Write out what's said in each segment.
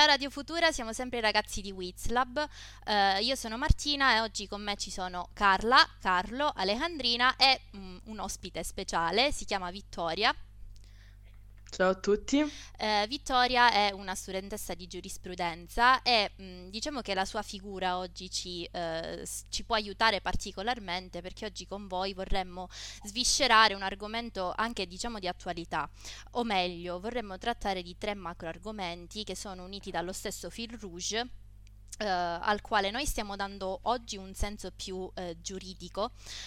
Ciao Radio Futura, siamo sempre i ragazzi di Wizlab. Io sono Martina e oggi con me ci sono Carla, Carlo, Alejandrina e un ospite speciale, si chiama Vittoria. Ciao a tutti. Vittoria è una studentessa di giurisprudenza e diciamo che la sua figura oggi ci può aiutare particolarmente perché oggi con voi vorremmo sviscerare un argomento anche diciamo di attualità, o meglio vorremmo trattare di tre macro argomenti che sono uniti dallo stesso fil rouge. Al quale noi stiamo dando oggi un senso più giuridico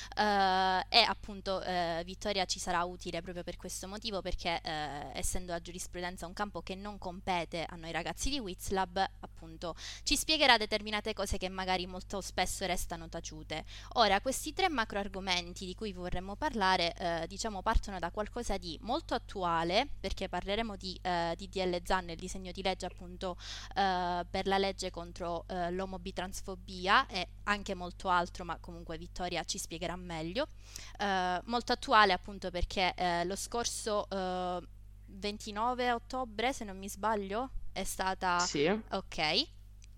e appunto Vittoria ci sarà utile proprio per questo motivo perché essendo la giurisprudenza un campo che non compete a noi ragazzi di Wizlab appunto ci spiegherà determinate cose che magari molto spesso restano taciute. Ora questi tre macro argomenti di cui vorremmo parlare diciamo partono da qualcosa di molto attuale perché parleremo di DDL Zan, il disegno di legge appunto per la legge contro l'omobitransfobia e anche molto altro, ma comunque Vittoria ci spiegherà meglio. Molto attuale appunto perché lo scorso 29 ottobre, se non mi sbaglio, è stata... Sì, Ok.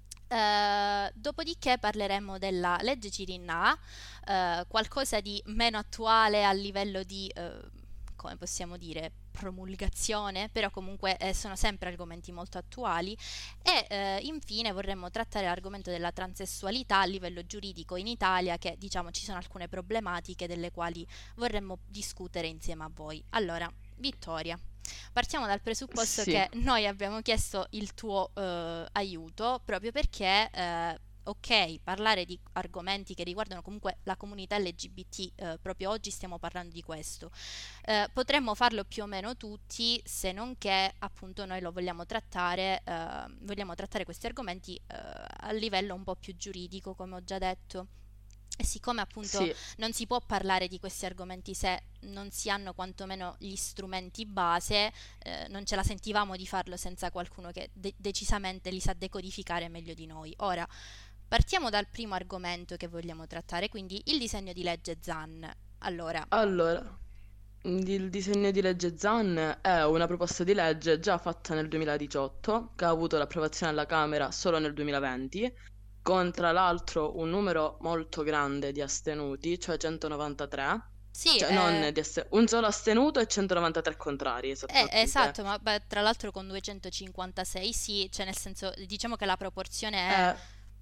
Dopodiché parleremo della legge Cirinnà, qualcosa di meno attuale a livello di, come possiamo dire, promulgazione, però comunque sono sempre argomenti molto attuali e infine vorremmo trattare l'argomento della transessualità a livello giuridico in Italia, che diciamo ci sono alcune problematiche delle quali vorremmo discutere insieme a voi. Allora, Vittoria. Partiamo dal presupposto sì, che noi abbiamo chiesto il tuo aiuto proprio perché, ok, parlare di argomenti che riguardano comunque la comunità LGBT, proprio oggi stiamo parlando di questo. Potremmo farlo più o meno tutti, se non che appunto noi lo vogliamo trattare questi argomenti a livello un po' più giuridico, come ho già detto. E siccome appunto sì. non si può parlare di questi argomenti se non si hanno quantomeno gli strumenti base, non ce la sentivamo di farlo senza qualcuno che decisamente li sa decodificare meglio di noi. Ora, partiamo dal primo argomento che vogliamo trattare, quindi il disegno di legge ZAN. Allora, Allora, il disegno di legge ZAN è una proposta di legge già fatta nel 2018, che ha avuto l'approvazione alla Camera solo nel 2020, con tra l'altro un numero molto grande di astenuti, cioè 193, sì, cioè non di un solo astenuto e 193 contrari esattamente. esatto, ma beh, tra l'altro con 256 sì, cioè nel senso, diciamo che la proporzione È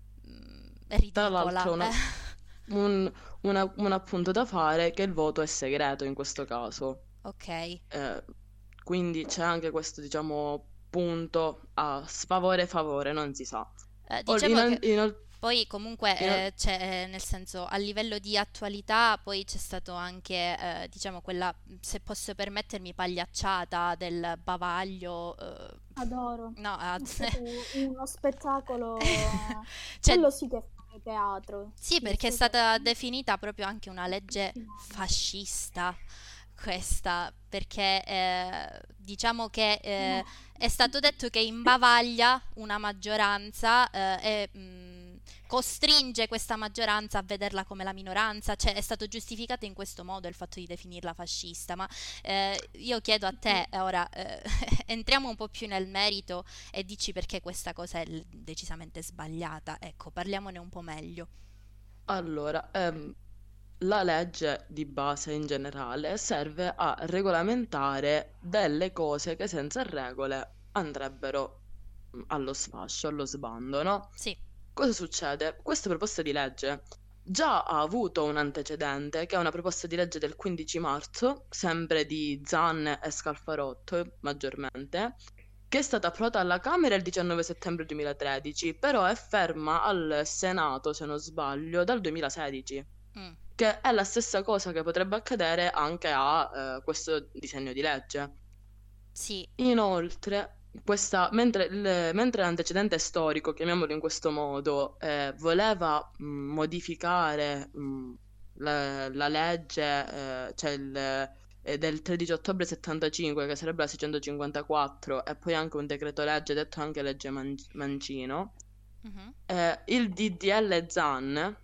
è tra ridicola. l'altro un, un appunto da fare che il voto è segreto in questo caso. Ok. Eh, quindi c'è anche questo, diciamo, punto a sfavore e favore, non si sa. Diciamo che poi Inol- comunque c'è, nel senso, a livello di attualità, poi c'è stato anche, diciamo, quella, se posso permettermi, pagliacciata del bavaglio. Adoro. No, È stato uno spettacolo, cioè, quello sì che fa teatro, sì, sì, perché è super. stata definita proprio anche una legge Affascinante. fascista, questa, perché diciamo che No, è stato detto che imbavaglia una maggioranza e costringe questa maggioranza a vederla come la minoranza, cioè è stato giustificato in questo modo il fatto di definirla fascista, ma io chiedo a te, ora entriamo un po' più nel merito e dici perché questa cosa è decisamente sbagliata, ecco, parliamone un po' meglio. allora, la legge di base in generale serve a regolamentare delle cose che senza regole andrebbero allo sfascio, allo sbando, no? Sì. Cosa succede? Questa proposta di legge già ha avuto un antecedente, che è una proposta di legge del 15 marzo, sempre di Zan e Scalfarotto maggiormente, che è stata approvata alla Camera il 19 settembre 2013, però è ferma al Senato, se non sbaglio, dal 2016, Mm. che è la stessa cosa che potrebbe accadere anche a questo disegno di legge. Sì. Inoltre, mentre l'antecedente storico, chiamiamolo in questo modo, voleva modificare la legge, cioè del 13 ottobre 75, che sarebbe la 654, e poi anche un decreto legge, detto anche legge Mancino, Mhm. il DDL ZAN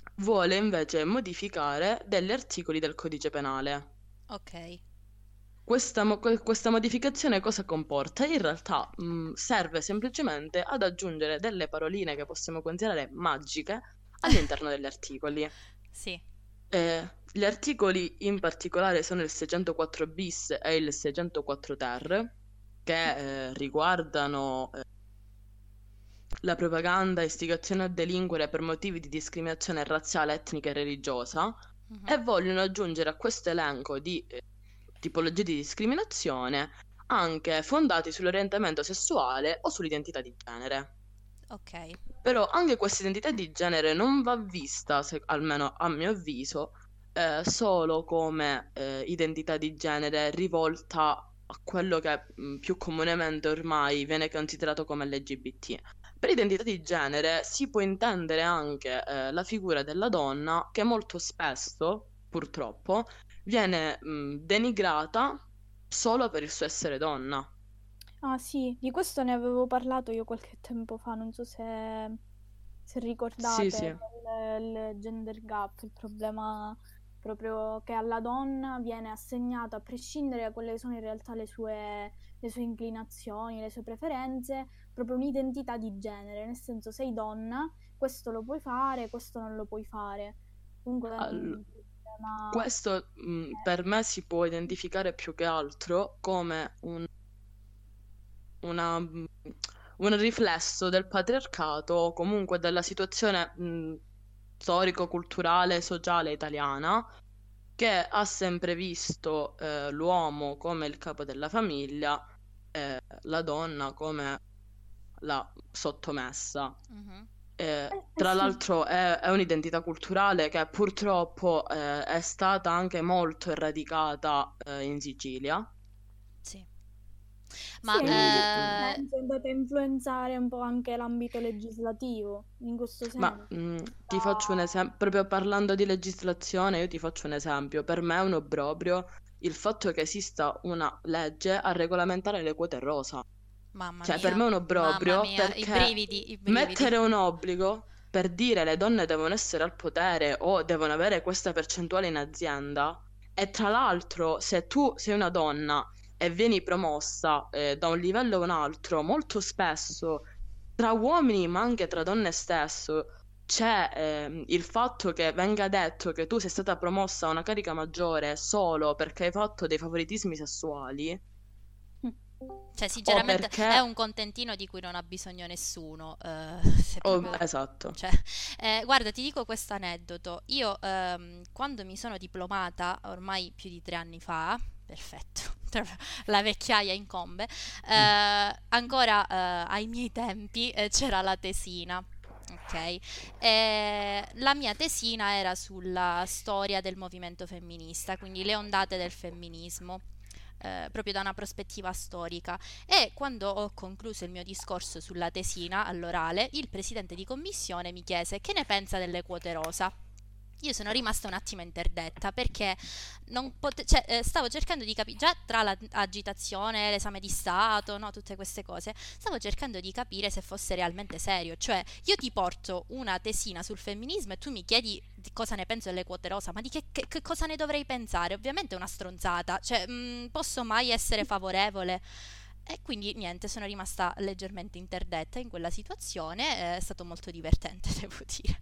vuole invece modificare degli articoli del codice penale. Ok. questa modificazione cosa comporta? In realtà serve semplicemente ad aggiungere delle paroline che possiamo considerare magiche all'interno degli articoli. Sì. Gli articoli in particolare sono il 604 bis e il 604 ter, che riguardano la propaganda, istigazione a delinquere per motivi di discriminazione razziale, etnica e religiosa, Mhm. e vogliono aggiungere a questo elenco di tipologie di discriminazione anche fondati sull'orientamento sessuale o sull'identità di genere. Ok. Però anche questa identità di genere non va vista, almeno a mio avviso, solo come identità di genere rivolta a quello che più comunemente ormai viene considerato come LGBT. Per identità di genere si può intendere anche la figura della donna che molto spesso, purtroppo, viene denigrata solo per il suo essere donna. Ah sì, di questo ne avevo parlato io qualche tempo fa, non so se Sì, ricordate, sì. il gender gap, il problema proprio che alla donna viene assegnato, a prescindere da quelle che sono in realtà le sue inclinazioni, le sue preferenze, proprio un'identità di genere, nel senso sei donna, questo lo puoi fare, questo non lo puoi fare. Comunque è All- un problema... Questo per me si può identificare più che altro come un riflesso del patriarcato o comunque della situazione storico-culturale e sociale italiana che ha sempre visto l'uomo come il capo della famiglia e la donna come la sottomessa. Mhm. Tra sì. l'altro è un'identità culturale che purtroppo è stata anche molto eradicata in Sicilia. Sì. Sì, Ma e in un Quindi, certo senso è andata a influenzare un po' anche l'ambito legislativo, in questo ma senso. ti faccio un esempio, proprio parlando di legislazione, io ti faccio un esempio. Per me è un obbrobrio il fatto che esista una legge a regolamentare le quote rosa. mamma Cioè, per me mia, è un mamma obbrobrio mia, i perché brividi, i brividi. mettere un obbligo per dire le donne devono essere al potere o devono avere questa percentuale in azienda, e tra l'altro, se tu sei una donna e vieni promossa da un livello a un altro, molto spesso tra uomini, ma anche tra donne stesso, c'è il fatto che venga detto che tu sei stata promossa a una carica maggiore solo perché hai fatto dei favoritismi sessuali Cioè, o sinceramente è perché... un contentino di cui non ha bisogno nessuno, se proprio... esatto. Cioè, guarda, ti dico questo aneddoto. Io, quando mi sono diplomata, ormai più di 3 anni fa, perfetto, proprio la vecchiaia incombe, ancora ai miei tempi c'era la tesina. Ok, la mia tesina era sulla storia del movimento femminista, quindi le ondate del femminismo, proprio da una prospettiva storica. E quando ho concluso il mio discorso sulla tesina all'orale, il presidente di commissione mi chiese che ne pensa delle quote rosa. Io sono rimasta un attimo interdetta perché stavo cercando di capire, già tra l'agitazione, l'esame di Stato, no, tutte queste cose, stavo cercando di capire se fosse realmente serio. Cioè, io ti porto una tesina sul femminismo e tu mi chiedi di cosa ne penso delle quote rosa, ma di che cosa ne dovrei pensare? Ovviamente è una stronzata, cioè, posso mai essere favorevole? E quindi niente, sono rimasta leggermente interdetta in quella situazione, è stato molto divertente, devo dire.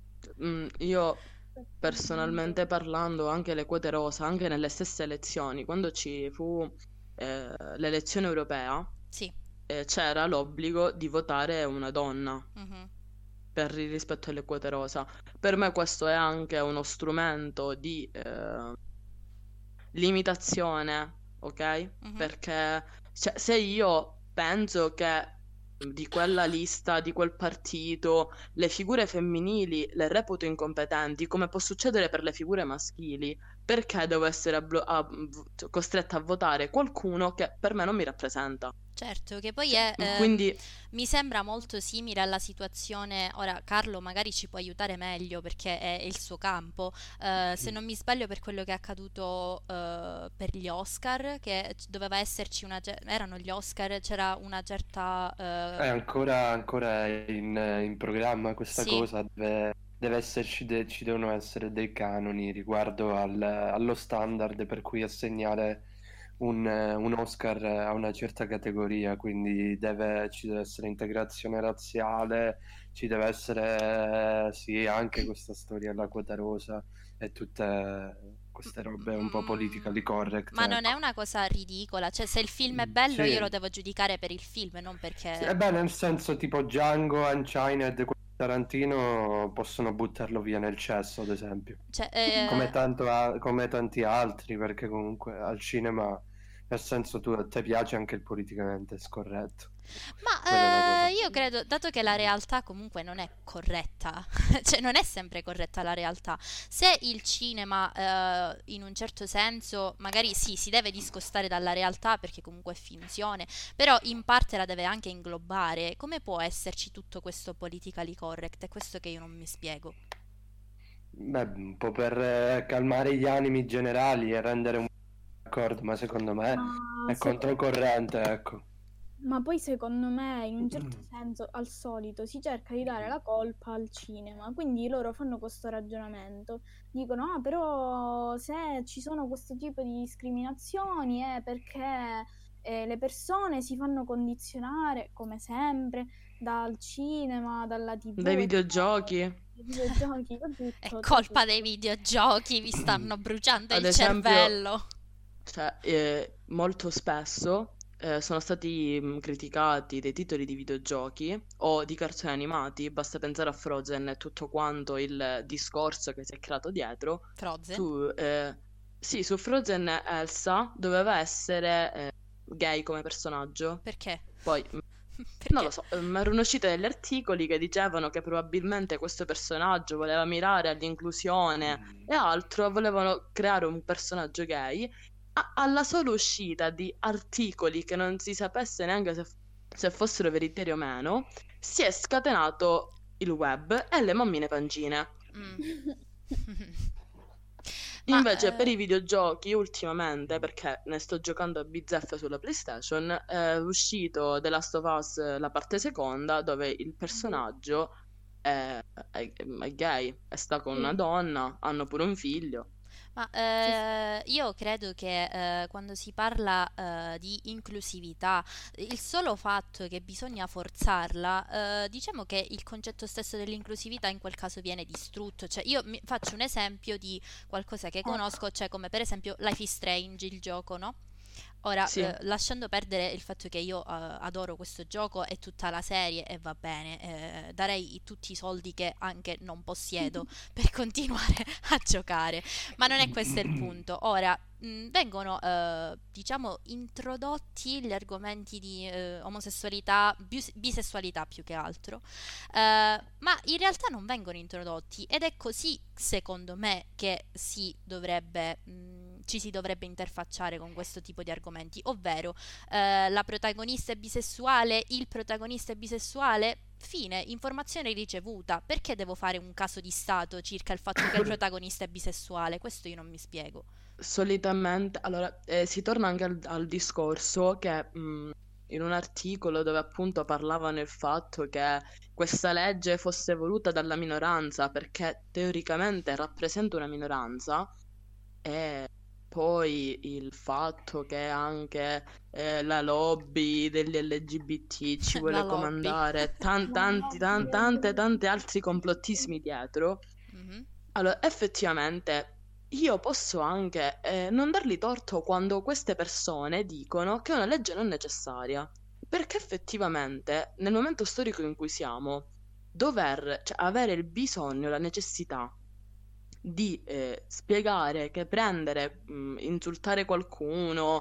Io personalmente parlando, anche le quote rosa, anche nelle stesse elezioni, quando ci fu l'elezione europea, Sì. c'era l'obbligo di votare una donna Mhm. per il rispetto alle quote rosa. Per me questo è anche uno strumento di limitazione, ok? Mhm. Perché cioè, se io penso che di quella lista, di quel partito, le figure femminili le reputo incompetenti, come può succedere per le figure maschili, perché devo essere costretta a votare qualcuno che per me non mi rappresenta? Certo, che poi Cioè, è, quindi mi sembra molto simile alla situazione, ora Carlo magari ci può aiutare meglio perché è il suo campo, se non mi sbaglio per quello che è accaduto per gli Oscar, che doveva esserci erano gli Oscar, c'era una certa... È ancora in programma questa sì, cosa, deve esserci, ci devono essere dei canoni riguardo allo standard per cui assegnare un Oscar a una certa categoria, quindi ci deve essere integrazione razziale, ci deve essere sì anche questa storia della quota rosa e tutte queste robe un po' politically correct, Ma non è ecco. una cosa ridicola, cioè se il film è bello io lo Sì, devo giudicare per il film, non sì, perché... beh, nel senso tipo Django, Unchained, Tarantino possono buttarlo via nel cesso, ad esempio. Cioè, Come tanti altri, perché comunque al cinema, nel senso a te piace anche il politicamente scorretto. Quella è la ma cosa. io credo, dato che la realtà comunque non è corretta, cioè non è sempre corretta la realtà, se il cinema in un certo senso magari sì, si deve discostare dalla realtà perché comunque è finzione, però in parte la deve anche inglobare, come può esserci tutto questo politically correct? È questo che io non mi spiego. Beh, un po' per calmare gli animi generali e rendere un d'accordo, ma secondo me Ma, è controcorrente, ecco. ma poi secondo me, in un certo senso, al solito si cerca di dare la colpa al cinema, quindi loro fanno questo ragionamento, dicono, ah, però se ci sono questo tipo di discriminazioni è perché le persone si fanno condizionare, come sempre, dal cinema, dalla TV, Dai eccetera, videogiochi, dai videogiochi, È c'è colpa dei tutto. videogiochi, vi stanno bruciando ad il esempio, cervello. cioè, molto spesso sono stati criticati dei titoli di videogiochi o di cartoni animati, basta pensare a Frozen e tutto quanto il discorso che si è creato dietro. Frozen? Su, sì, su Frozen Elsa doveva essere gay come personaggio. Perché? Poi, non Perché? lo so, erano usciti degli articoli che dicevano che probabilmente questo personaggio voleva mirare all'inclusione e altro, volevano creare un personaggio gay. Alla sola uscita di articoli che non si sapesse neanche se fossero veritieri o meno, si è scatenato il web e le mammine pancine. Mm. Ma Invece per i videogiochi ultimamente, perché ne sto giocando a bizzeffe sulla PlayStation, è uscito The Last of Us la parte seconda dove il personaggio è gay e sta con una Sì, donna, hanno pure un figlio. Ma sì, sì. io credo che quando si parla di inclusività, il solo fatto che bisogna forzarla, diciamo che il concetto stesso dell'inclusività in quel caso viene distrutto. Cioè, io faccio un esempio di qualcosa che Ecco, conosco, cioè come per esempio Life is Strange, il gioco, no? Ora, Sì, lasciando perdere il fatto che io adoro questo gioco e tutta la serie e va bene, darei tutti i soldi che anche non possiedo per continuare a giocare, ma non è questo il punto. Ora, vengono, diciamo, introdotti gli argomenti di omosessualità, bisessualità più che altro, ma in realtà non vengono introdotti ed è così, secondo me, che ci si dovrebbe interfacciare con questo tipo di argomenti, ovvero la protagonista è bisessuale, il protagonista è bisessuale. Fine, informazione ricevuta. Perché devo fare un caso di stato circa il fatto che il protagonista è bisessuale? Questo io non mi spiego. solitamente, allora, si torna anche al discorso che in un articolo dove appunto parlavano del fatto che questa legge fosse voluta dalla minoranza perché teoricamente rappresenta una minoranza. E poi il fatto che anche la lobby degli LGBT ci La vuole lobby. comandare la lobby tante LGBT. altri complottismi dietro. Mhm. Allora, effettivamente io posso anche non dargli torto quando queste persone dicono che una legge non è necessaria, perché effettivamente nel momento storico in cui siamo, cioè, avere il bisogno, la necessità di spiegare che prendere, insultare qualcuno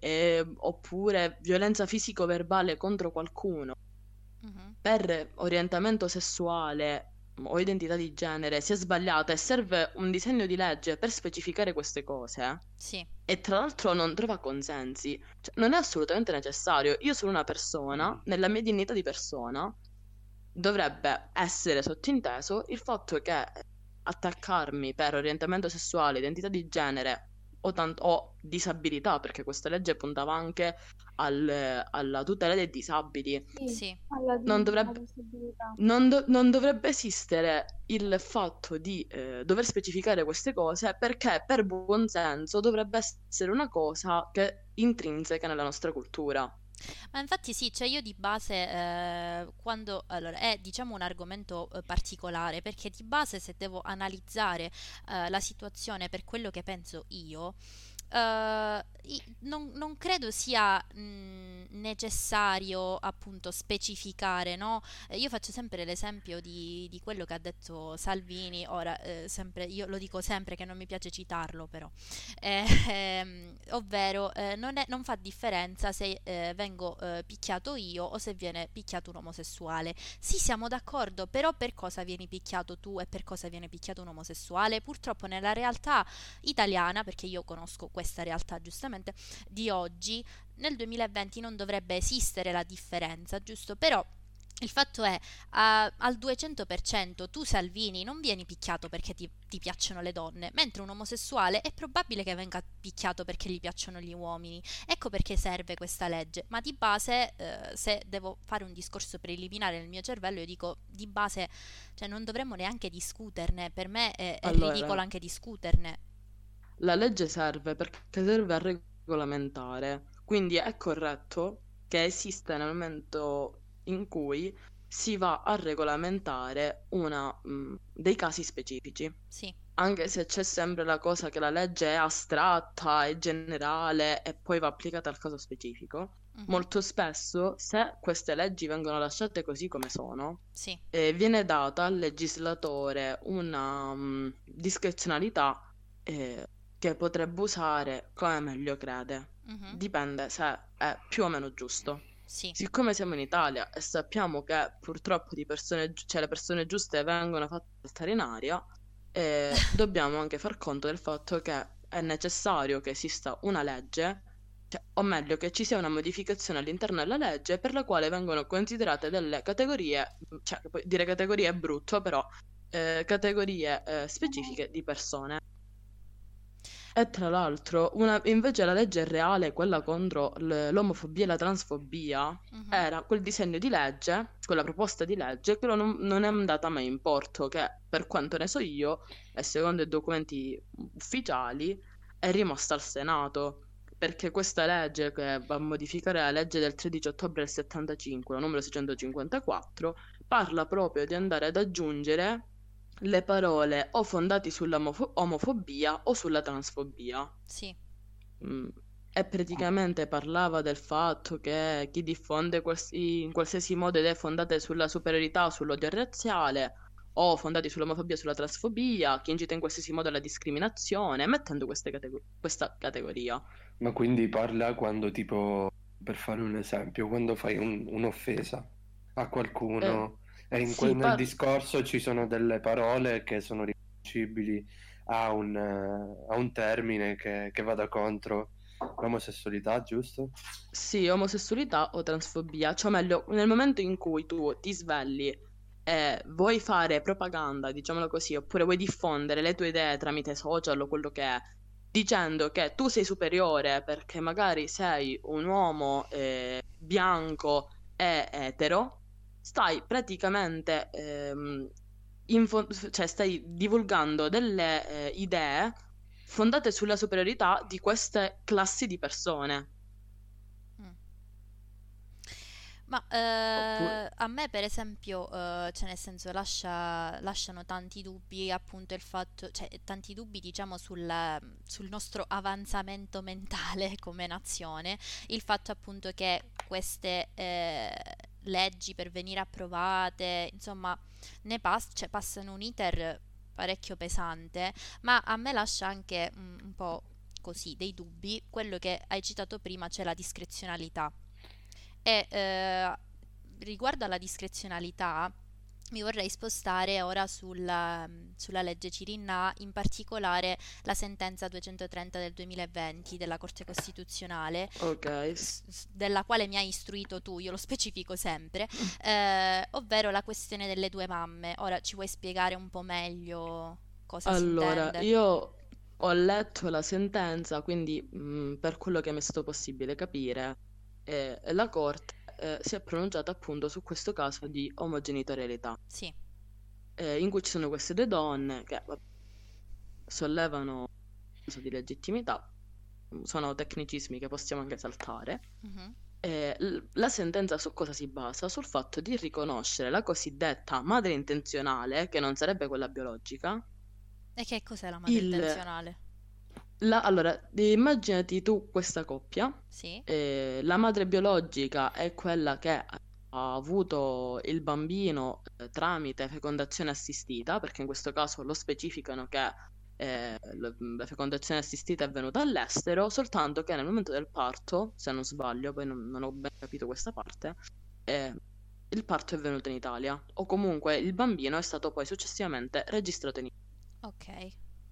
oppure violenza fisico-verbale contro qualcuno Mhm. per orientamento sessuale o identità di genere sia sbagliata e serve un disegno di legge per specificare queste cose Sì. e tra l'altro non trova consensi, cioè, non è assolutamente necessario. Io sono una persona, nella mia dignità di persona, dovrebbe essere sottinteso il fatto che attaccarmi per orientamento sessuale, identità di genere o disabilità, perché questa legge puntava anche alla tutela dei disabili. Sì, Sì. alla Non alla dovrebbe, possibilità. non dovrebbe esistere il fatto di dover specificare queste cose perché per buon senso dovrebbe essere una cosa che è intrinseca nella nostra cultura. Ma infatti sì, cioè io di base quando allora è diciamo un argomento particolare perché di base se devo analizzare la situazione per quello che penso io non credo sia necessario appunto specificare, no? Io faccio sempre l'esempio di quello che ha detto Salvini, ora sempre, io lo dico sempre che non mi piace citarlo però, ovvero non fa differenza se vengo picchiato io o se viene picchiato un omosessuale. Sì, siamo d'accordo, però per cosa vieni picchiato tu e per cosa viene picchiato un omosessuale? Purtroppo nella realtà italiana, perché io conosco questa realtà giustamente di oggi, nel 2020 non dovrebbe esistere la differenza, giusto? Però il fatto è, al 200% tu Salvini non vieni picchiato perché ti piacciono le donne, mentre un omosessuale è probabile che venga picchiato perché gli piacciono gli uomini. Ecco perché serve questa legge. Ma di base, se devo fare un discorso preliminare nel mio cervello, io dico di base, cioè non dovremmo neanche discuterne. Per me è ridicolo Allora, anche discuterne. la legge serve perché serve a regolamentare, quindi è corretto che esiste nel momento in cui si va a regolamentare dei casi specifici, Sì. anche se c'è sempre la cosa che la legge è astratta, è generale e poi va applicata al caso specifico. Mhm. Molto spesso, se queste leggi vengono lasciate così come sono, Sì. viene data al legislatore una discrezionalità che potrebbe usare come meglio crede. Mhm. Dipende se è più o meno giusto. Sì. Siccome siamo in Italia e sappiamo che purtroppo cioè le persone giuste vengono fatte saltare in aria, dobbiamo anche far conto del fatto che è necessario che esista una legge, cioè, o meglio, che ci sia una modificazione all'interno della legge per la quale vengono considerate delle categorie, cioè poi dire categorie è brutto, però categorie specifiche di persone. E tra l'altro, invece la legge reale, quella contro l'omofobia e la transfobia, Mhm. era quel disegno di legge, quella proposta di legge, che non è andata mai in porto, che per quanto ne so io, e secondo i documenti ufficiali, è rimasta al Senato. Perché questa legge, che va a modificare la legge del 13 ottobre del 75, la numero 654, parla proprio di andare ad aggiungere le parole o fondati sulla omofobia o sulla transfobia. Sì. Mm. E praticamente parlava del fatto che chi diffonde in qualsiasi modo idee fondate sulla superiorità o sull'odio razziale o fondati sull'omofobia o sulla transfobia, chi incita in qualsiasi modo alla discriminazione, mettendo questa categoria. Ma quindi parla quando, tipo, per fare un esempio, quando fai un'offesa a Eh, qualcuno e sì, nel discorso ci sono delle parole che sono riconducibili a un termine che vada contro l'omosessualità, giusto? Sì, omosessualità o transfobia, cioè meglio, nel momento in cui tu ti svegli e vuoi fare propaganda, diciamolo così, oppure vuoi diffondere le tue idee tramite social o quello che è, dicendo che tu sei superiore perché magari sei un uomo bianco e etero, stai praticamente cioè stai divulgando delle idee fondate sulla superiorità di queste classi di persone. Mm. Ma Oppure, a me per esempio, cioè nel senso lasciano tanti dubbi appunto il fatto, cioè tanti dubbi diciamo sul nostro avanzamento mentale come nazione, il fatto appunto che queste leggi per venire approvate, insomma, cioè, passano un iter parecchio pesante, ma a me lascia anche un po' così dei dubbi, quello che hai citato prima, cioè la discrezionalità. E riguardo alla discrezionalità, mi vorrei spostare ora sulla legge Cirinnà, in particolare la sentenza 230 del 2020 della Corte Costituzionale, ok. della quale mi hai istruito tu, io lo specifico sempre, ovvero la questione delle due mamme. Ora ci vuoi spiegare un po' meglio cosa si Allora, intende? io ho letto la sentenza, quindi per quello che mi è stato possibile capire, la Corte si è pronunciata appunto su questo caso di omogenitorialità, Sì. in cui ci sono queste due donne che sollevano caso di legittimità, sono tecnicismi che possiamo anche saltare. Mhm. La sentenza su cosa si basa? Sul fatto di riconoscere la cosiddetta madre intenzionale, che non sarebbe quella biologica. E che cos'è la madre Il, intenzionale? allora, immaginati tu questa coppia, Sì. la madre biologica è quella che ha avuto il bambino tramite fecondazione assistita, perché in questo caso lo specificano che la fecondazione assistita è avvenuta all'estero, soltanto che nel momento del parto, se non sbaglio, poi non ho ben capito questa parte, il parto è avvenuto in Italia, o comunque il bambino è stato poi successivamente registrato in Italia. Ok.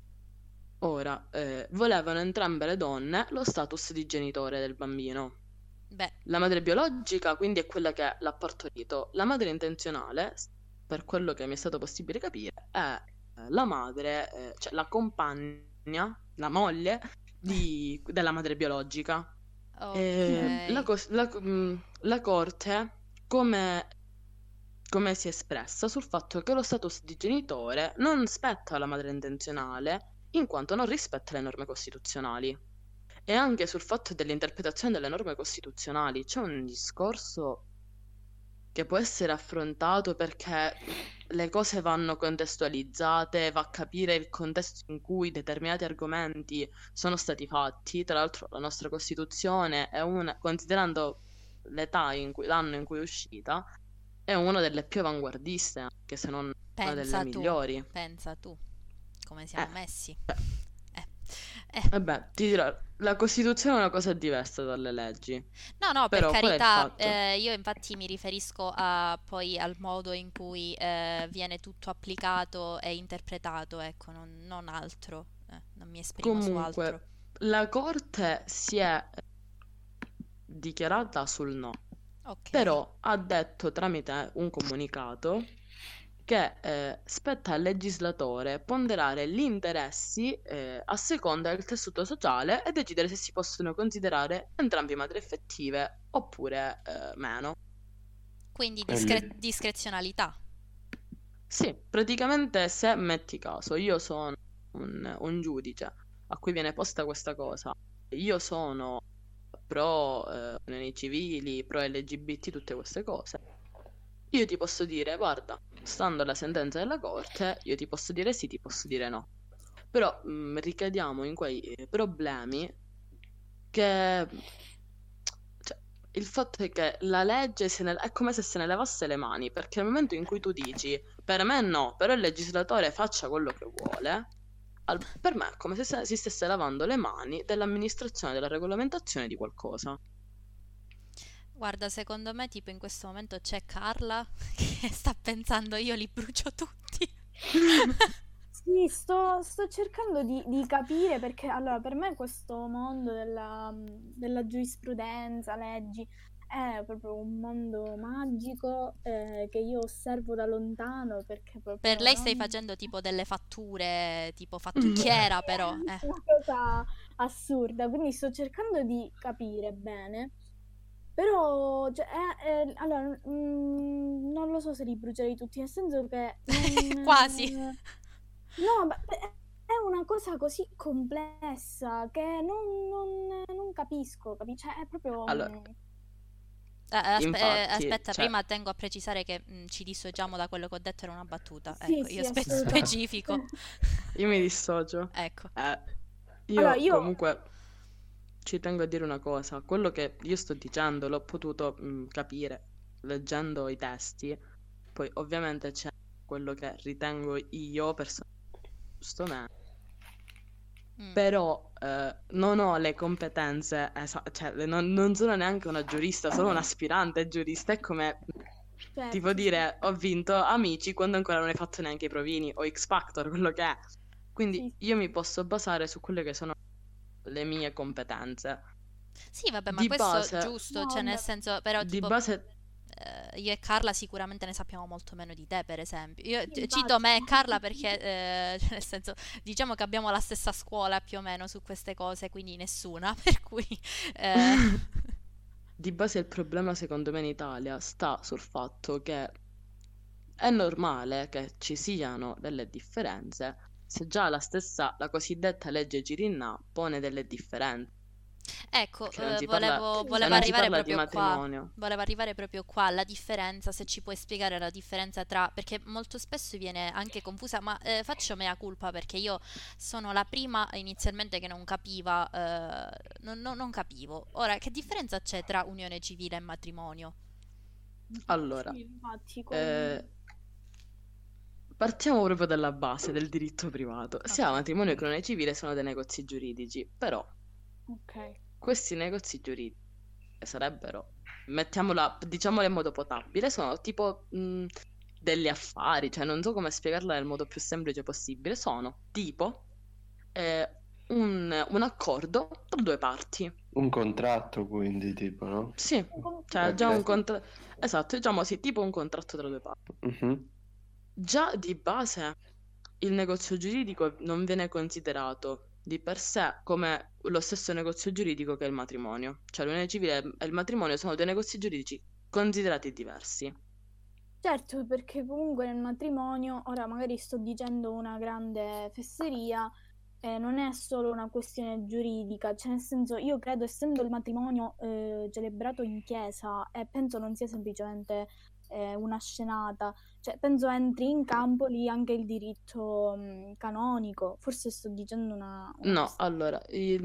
Ora, volevano entrambe le donne lo status di genitore del bambino. Beh, La madre biologica, quindi, è quella che l'ha partorito. La madre intenzionale, per quello che mi è stato possibile capire, è la madre, cioè la compagna, la moglie della madre biologica. La, ok. la Corte come si è espressa sul fatto che lo status di genitore non spetta alla madre intenzionale in quanto non rispetta le norme costituzionali. E anche sul fatto dell'interpretazione delle norme costituzionali c'è un discorso che può essere affrontato perché le cose vanno contestualizzate, va a capire il contesto in cui determinati argomenti sono stati fatti. Tra l'altro la nostra Costituzione è una, considerando l'anno in cui è uscita, è una delle più avanguardiste, anche se non una delle migliori. Pensa tu, come siamo Eh, messi. cioè, Eh, vabbè, ti dirò, la Costituzione è una cosa diversa dalle leggi, No, per però qual è il carità, fatto? io infatti mi riferisco a, poi al modo in cui viene tutto applicato e interpretato, ecco, non altro, non mi esprimo su altro. Comunque, la Corte si è dichiarata sul no, Ok, però ha detto tramite un comunicato che spetta al legislatore ponderare gli interessi a seconda del tessuto sociale e decidere se si possono considerare entrambi madri effettive oppure meno. quindi E le- discrezionalità. Sì, praticamente se metti caso, io sono un giudice a cui viene posta questa cosa, io sono pro unioni civili, pro LGBT, tutte queste cose, io ti posso dire, guarda, stando alla sentenza della Corte, io ti posso dire sì, ti posso dire no. Però ricadiamo in quei problemi che... cioè, il fatto è che la legge è come se se ne levasse le mani, perché nel momento in cui tu dici per me no, però il legislatore faccia quello che vuole, per me è come se si stesse lavando le mani dell'amministrazione, della regolamentazione di qualcosa. Guarda, secondo me, tipo in questo momento c'è Carla che sta pensando io li brucio tutti. Sì, sto cercando di capire perché allora per me questo mondo della giurisprudenza, leggi, è proprio un mondo magico che io osservo da lontano perché Per proprio lei stai non... facendo tipo delle fatture, tipo fattucchiera, però. Una cosa assurda, quindi sto cercando di capire bene, però cioè, allora, non lo so se li brucerei tutti, nel senso che Quasi. no, ma è una cosa così complessa che non capisco, Cioè, è proprio... Allora, infatti, Aspetta, cioè, prima tengo a precisare che ci dissociamo da quello che ho detto, era una battuta. Sì, Ecco, sì, io assolutamente. specifico. io mi dissocio. Ecco. Allora, Io io... comunque ci tengo a dire una cosa, quello che io sto dicendo l'ho potuto capire leggendo i testi, poi ovviamente c'è quello che ritengo io personalmente giusto me, Mm. però non ho le competenze, cioè non sono neanche una giurista, sono un aspirante giurista, è come tipo Certo, sì. dire ho vinto Amici quando ancora non hai fatto neanche i provini o X Factor, quello che è. Quindi Sì, io mi posso basare su quelle che sono le mie competenze. Sì, vabbè, ma Di questo base, giusto, no, cioè nel vabbè. senso, però di tipo base, io e Carla sicuramente ne sappiamo molto meno di te, per esempio. Io Sì, cito me e infatti. Carla perché, cioè, nel senso, diciamo che abbiamo la stessa scuola più o meno su queste cose, quindi nessuna, per cui... eh, di base il problema secondo me in Italia sta sul fatto che è normale che ci siano delle differenze, se già la cosiddetta legge Cirinnà pone delle differenze, Ecco, che non si parla, volevo, e volevo non si arrivare parla di proprio qua. matrimonio. Volevo arrivare proprio qua, la differenza, se ci puoi spiegare la differenza tra, perché molto spesso viene anche confusa, ma faccio mea culpa perché io sono la prima inizialmente che non capiva, non capivo. Ora, che differenza c'è tra unione civile e matrimonio? Allora, Sì, infatti, eh, partiamo proprio dalla base del diritto privato. Sia Ok. matrimonio che unione civile sono dei negozi giuridici, però ok. questi negozi giuridici sarebbero, diciamolo in modo potabile, sono tipo degli affari, cioè non so come spiegarla nel modo più semplice possibile, sono tipo eh, un accordo tra due parti. Un contratto, quindi, tipo, no? Sì, cioè Ok. già un contratto, esatto, diciamo sì, tipo un contratto tra due parti. Mhm. Già di base il negozio giuridico non viene considerato di per sé come lo stesso negozio giuridico che il matrimonio. Cioè l'unione civile e il matrimonio sono due negozi giuridici considerati diversi. Certo, perché comunque nel matrimonio, ora magari sto dicendo una grande fesseria, non è solo una questione giuridica, cioè nel senso io credo essendo il matrimonio celebrato in chiesa e penso non sia semplicemente una scenata, cioè penso entri in campo lì anche il diritto canonico, forse sto dicendo una No, fesseria. allora,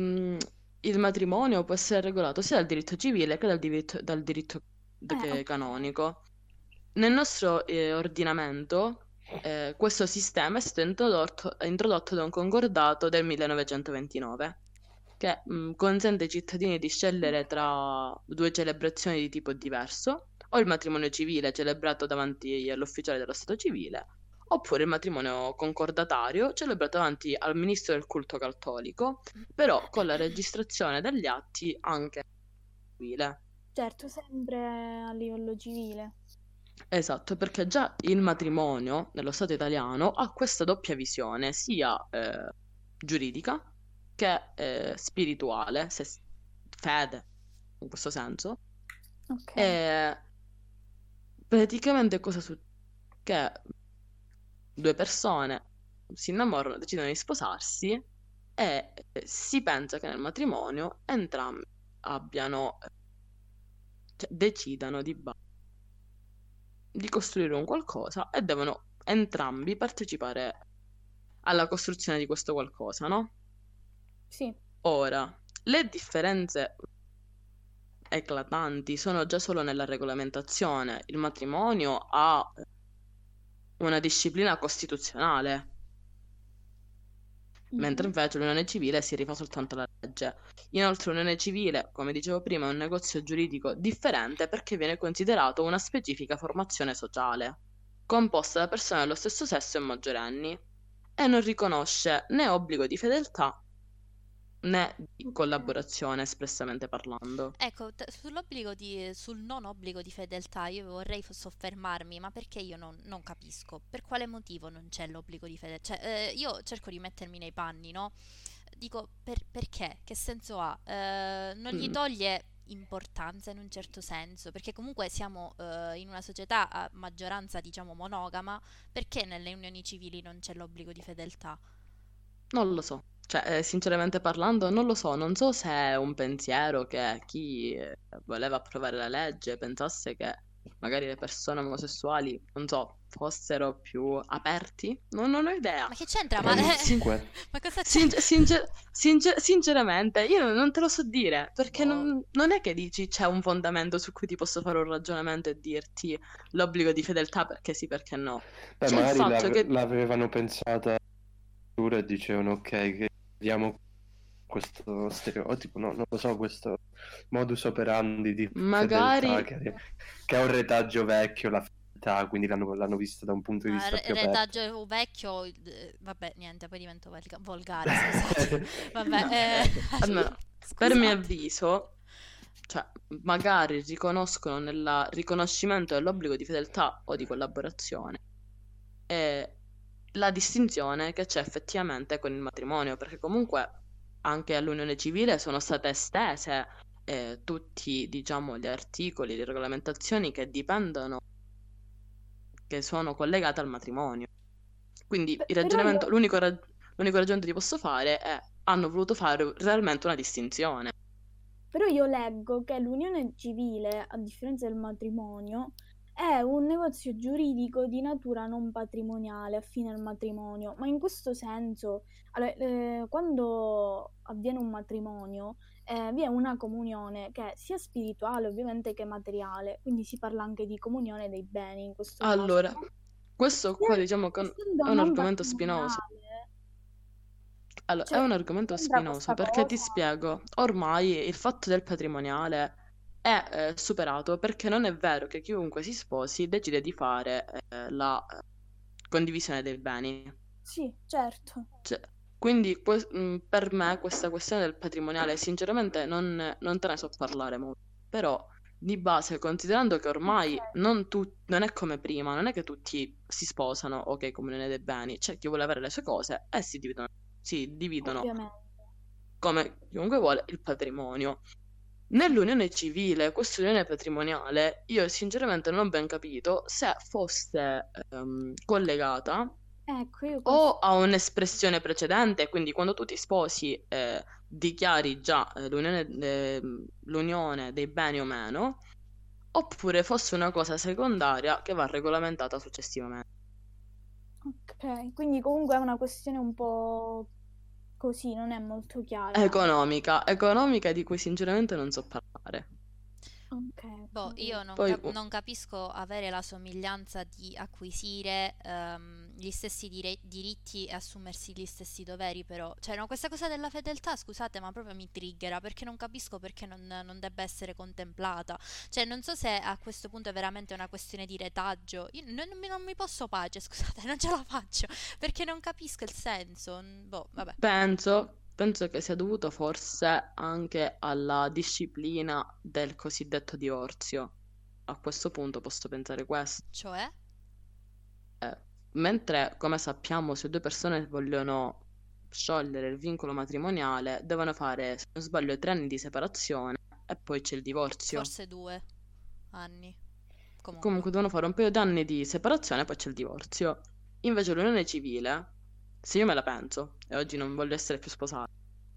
il matrimonio può essere regolato sia dal diritto civile che dal diritto Ok. canonico. Nel nostro ordinamento, questo sistema è stato introdotto da un concordato del 1929 che consente ai cittadini di scegliere tra due celebrazioni di tipo diverso, o il matrimonio civile celebrato davanti all'ufficiale dello Stato civile, oppure il matrimonio concordatario celebrato davanti al ministro del culto cattolico, però con la registrazione degli atti anche civile. Certo, sempre a livello civile. Esatto, perché già il matrimonio nello Stato italiano ha questa doppia visione, sia giuridica che spirituale, fede, in questo senso. Ok. E praticamente cosa succede? Che due persone si innamorano, decidono di sposarsi e si pensa che nel matrimonio entrambi cioè, decidano di costruire un qualcosa e devono entrambi partecipare alla costruzione di questo qualcosa, no? Sì. Ora, le differenze eclatanti sono già solo nella regolamentazione. Il matrimonio ha una disciplina costituzionale, mentre Mhm. invece l'unione civile si rifà soltanto alla legge. Inoltre l'unione civile, come dicevo prima, è un negozio giuridico differente perché viene considerato una specifica formazione sociale, composta da persone dello stesso sesso e maggiorenni, e non riconosce né obbligo di fedeltà né di Ok. collaborazione espressamente parlando. Ecco, sul non obbligo di fedeltà io vorrei soffermarmi, ma perché io non capisco? Per quale motivo non c'è l'obbligo di fedeltà? Cioè, io cerco di mettermi nei panni, no? Dico, perché? Che senso ha? Non gli Mm. toglie importanza in un certo senso, perché comunque siamo in una società a maggioranza, diciamo, monogama, perché nelle unioni civili non c'è l'obbligo di fedeltà? Non lo so, cioè, sinceramente parlando, non lo so, non so se è un pensiero che chi voleva approvare la legge pensasse che magari le persone omosessuali, non so, fossero più aperti, non ho idea. Ma che c'entra? Ma, Sin- Comunque, ma cosa c'è? sinceramente, io non te lo so dire, perché Boh. non è che dici c'è un fondamento su cui ti posso fare un ragionamento e dirti l'obbligo di fedeltà perché sì, perché no. beh, C'è il magari fatto che l'avevano pensata e dicevano ok, che vediamo questo stereotipo, no, non lo so, questo modus operandi di magari fedeltà che è un retaggio vecchio, la fedeltà, quindi l'hanno vista da un punto di No, vista più aperto. retaggio vecchio, vabbè, niente, poi divento volgare, scusate. Vabbè, almeno per mio scusate. avviso, cioè, magari riconoscono nel riconoscimento dell'obbligo di fedeltà o di collaborazione la distinzione che c'è effettivamente con il matrimonio, perché comunque anche all'unione civile sono state estese tutti, diciamo, gli articoli, le regolamentazioni che dipendono, che sono collegate al matrimonio. Quindi il Però ragionamento, io, l'unico ragionamento che ti posso fare è: hanno voluto fare realmente una distinzione. però io leggo che l'unione civile, a differenza del matrimonio, è un negozio giuridico di natura non patrimoniale affine al matrimonio. Ma in questo senso, allora, quando avviene un matrimonio, vi è una comunione che è sia spirituale ovviamente che materiale, quindi si parla anche di comunione dei beni in questo caso. Allora, questo qua diciamo che Essendo è un non argomento spinoso. patrimoniale, Allora, è cioè, un argomento sembra spinoso questa perché ti cosa. spiego, ormai il fatto del patrimoniale è superato, perché non è vero che chiunque si sposi decide di fare la condivisione dei beni. Sì, certo. Cioè, quindi per me questa questione del patrimoniale, sinceramente non te ne so parlare molto, però di base, considerando che ormai Ok, non è come prima, non è che tutti si sposano, ok, comunione dei beni, c'è chi vuole avere le sue cose e si dividono ovviamente. come chiunque vuole il patrimonio. Nell'unione civile, questa unione patrimoniale, io sinceramente non ho ben capito se fosse collegata Ecco, io questo. o a un'espressione precedente, quindi quando tu ti sposi dichiari già l'unione dei beni o meno, oppure fosse una cosa secondaria che va regolamentata successivamente. Ok, quindi comunque è una questione un po' così, non è molto chiara. Economica di cui sinceramente non so parlare. Ok, Boh, io non, Poi, non capisco avere la somiglianza di acquisire gli stessi diritti e assumersi gli stessi doveri, però, cioè, no, questa cosa della fedeltà, scusate, ma proprio mi triggera perché non capisco perché non debba essere contemplata. Cioè, non so se a questo punto è veramente una questione di retaggio. Io non mi posso pace, scusate, non ce la faccio perché non capisco il senso. Boh, vabbè, penso che sia dovuto forse anche alla disciplina del cosiddetto divorzio. A questo punto posso pensare questo. cioè, Mentre, come sappiamo, se due persone vogliono sciogliere il vincolo matrimoniale, devono fare, se non sbaglio, 3 anni di separazione e poi c'è il divorzio. forse 2 anni. Comunque, Comunque devono fare un paio di anni di separazione e poi c'è il divorzio. Invece l'unione civile, se io me la penso, e oggi non voglio essere più sposata,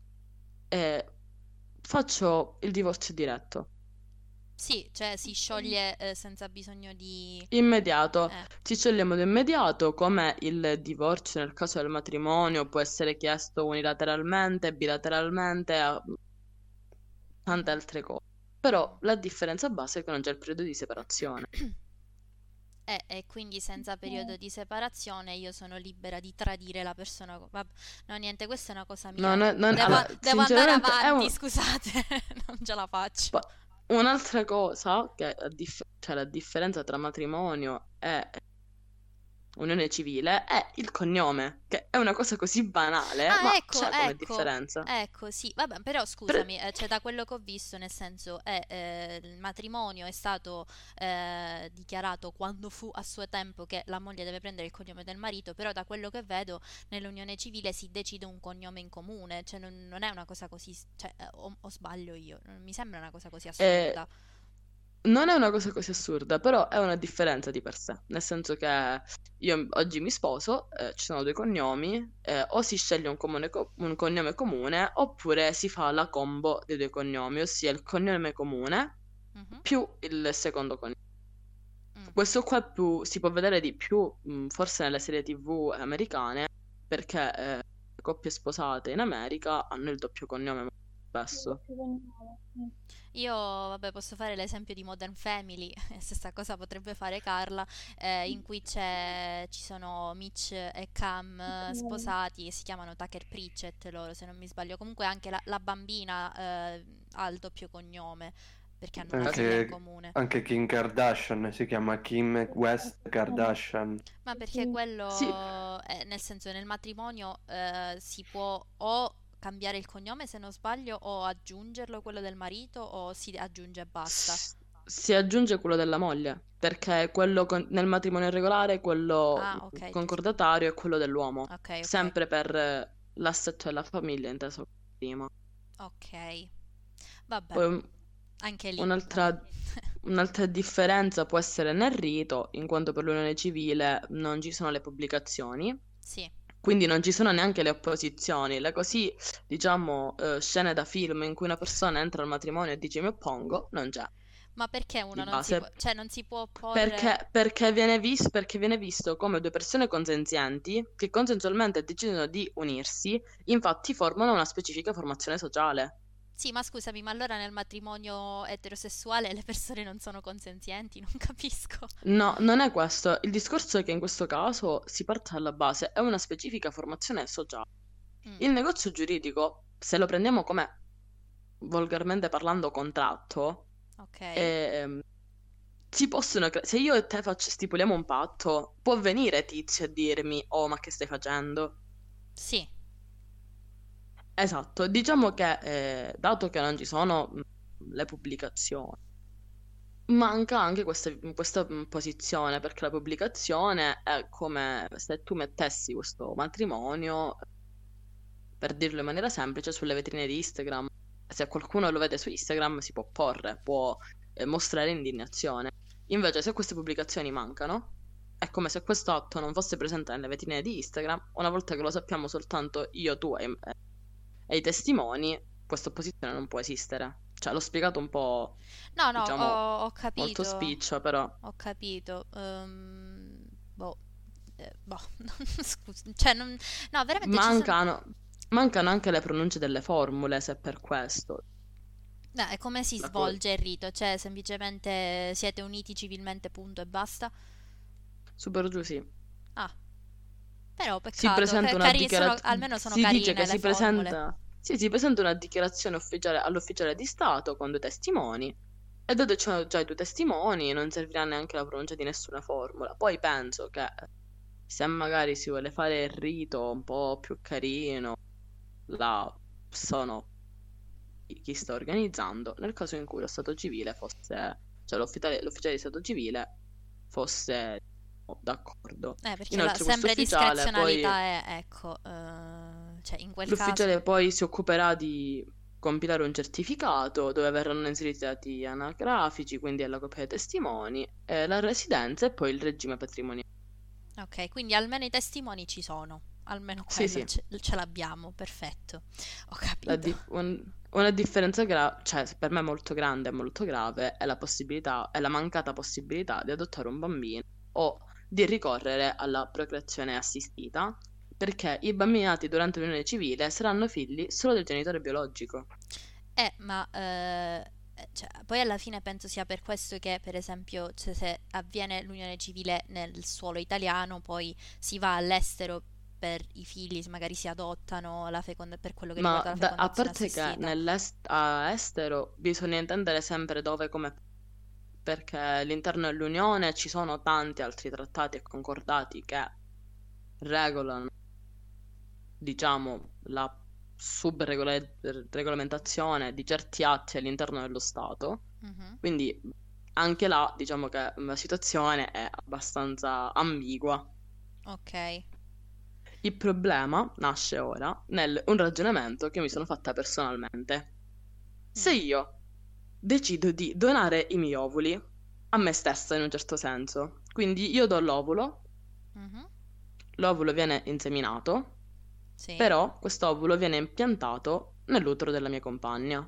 faccio il divorzio diretto. sì, cioè si scioglie senza bisogno di... Immediato, Eh. ci scegliamo di immediato, come il divorzio nel caso del matrimonio può essere chiesto unilateralmente, bilateralmente, tante altre cose. Però la differenza base è che non c'è il periodo di separazione. E quindi senza periodo di separazione io sono libera di tradire la persona. No, niente, questa è una cosa mia. Allora, Devo andare sinceramente è avanti, scusate, non ce la faccio. un'altra cosa che cioè la differenza tra matrimonio e unione civile è il cognome, che è una cosa così banale, Ah, ma ecco, c'è come differenza. ecco, sì, vabbè, però scusami, cioè da quello che ho visto, nel senso, il matrimonio è stato dichiarato quando fu a suo tempo che la moglie deve prendere il cognome del marito, però da quello che vedo nell'unione civile si decide un cognome in comune, cioè non è una cosa così, cioè, o sbaglio io, non mi sembra una cosa così assurda. Non è una cosa così assurda, però è una differenza di per sé, nel senso che io oggi mi sposo, ci sono due cognomi, o si sceglie un cognome comune, oppure si fa la combo dei due cognomi, ossia il cognome comune Mhm. più il secondo cognome. Mm. Questo qua si può vedere di più, forse nelle serie TV americane, perché le coppie sposate in America hanno il doppio cognome molto spesso. Io, vabbè, posso fare l'esempio di Modern Family, stessa cosa potrebbe fare Carla, in cui ci sono Mitch e Cam sposati e si chiamano Tucker Pritchett loro, se non mi sbaglio. Comunque anche la bambina ha il doppio cognome, perché hanno una figlia in comune. Anche Kim Kardashian si chiama Kim West Kardashian. Ma perché quello, Sì. nel senso, nel matrimonio si può o cambiare il cognome se non sbaglio, o aggiungerlo quello del marito, o si aggiunge e basta. Si aggiunge quello della moglie, perché quello nel matrimonio regolare, quello Ah, ok, concordatario è quello dell'uomo, ok. sempre per l'assetto della famiglia, inteso prima. Ok, vabbè. Poi Anche lì. Un'altra differenza può essere nel rito, in quanto per l'unione civile non ci sono le pubblicazioni, Sì. quindi non ci sono neanche le opposizioni. Le così, diciamo, scene da film in cui una persona entra al matrimonio e dice mi oppongo, non c'è Ma perché uno di non si può, base. cioè non si può opporre? Perché viene visto come due persone consenzienti che consensualmente decidono di unirsi, infatti formano una specifica formazione sociale. Sì, ma scusami, ma allora nel matrimonio eterosessuale le persone non sono consenzienti? Non capisco. No, non è questo. Il discorso è che in questo caso si parte dalla base, è una specifica formazione sociale. Mm, Il negozio giuridico, se lo prendiamo come volgarmente parlando contratto, ok. ehm, se io e te stipuliamo un patto, può venire Tizio a dirmi, oh, ma che stai facendo? Sì. Esatto, diciamo che dato che non ci sono le pubblicazioni, manca anche questa posizione, perché la pubblicazione è come se tu mettessi questo matrimonio, per dirlo in maniera semplice, sulle vetrine di Instagram. Se qualcuno lo vede su Instagram si può porre, può mostrare indignazione. Invece se queste pubblicazioni mancano, è come se questo atto non fosse presente nelle vetrine di Instagram. Una volta che lo sappiamo soltanto io, tu e i testimoni, questa opposizione non può esistere. Cioè, l'ho spiegato un po', No, no, diciamo, ho molto capito. spiccio, però Ho capito. Boh. Boh. Scusa. Cioè, no, veramente ci sono. mancano, mancano anche le pronunce delle formule, se per questo. No, e come si La co- svolge il rito? Cioè, semplicemente siete uniti civilmente, punto e basta? Super giù, sì. Ah, però Si peccato. presenta Almeno sono si dice che carine le formule. si presenta una dichiarazione ufficiale all'ufficiale di Stato con due testimoni. E dato che ci sono già i due testimoni, non servirà neanche la pronuncia di nessuna formula. Poi penso che se magari si vuole fare il rito un po' più carino, là sono chi sta organizzando, nel caso in cui lo Stato civile fosse, cioè l'ufficiale di Stato civile fosse d'accordo. Perché Inoltre questo sempre ufficiale poi discrezionalità è, ecco, cioè in quel caso. L'ufficiale poi si occuperà di compilare un certificato dove verranno inseriti i dati anagrafici, quindi alla copia dei testimoni, la residenza e poi il regime patrimoniale. Ok, quindi almeno i testimoni ci sono, almeno Sì, quello sì, ce l'abbiamo, perfetto, ho la capito. una differenza cioè per me molto grande e molto grave è è la mancata possibilità di adottare un bambino o di ricorrere alla procreazione assistita, perché i bambini nati durante l'unione civile saranno figli solo del genitore biologico. Ma cioè, poi alla fine penso sia per questo che, per esempio, cioè, se avviene l'unione civile nel suolo italiano, poi si va all'estero per i figli, magari si adottano per quello che Ma riguarda la a fecondazione parte che assistita. a estero bisogna intendere sempre dove e come, perché all'interno dell'Unione ci sono tanti altri trattati e concordati che regolano, diciamo, la subregolamentazione di certi atti all'interno dello Stato. Mhm. Quindi anche là, diciamo che la situazione è abbastanza ambigua. Ok. Il problema nasce ora nel un ragionamento che mi sono fatta personalmente. Se Mm. io decido di donare i miei ovuli a me stessa in un certo senso, quindi io do l'ovulo, Mhm. l'ovulo viene inseminato, Sì. però quest'ovulo viene impiantato nell'utero della mia compagna.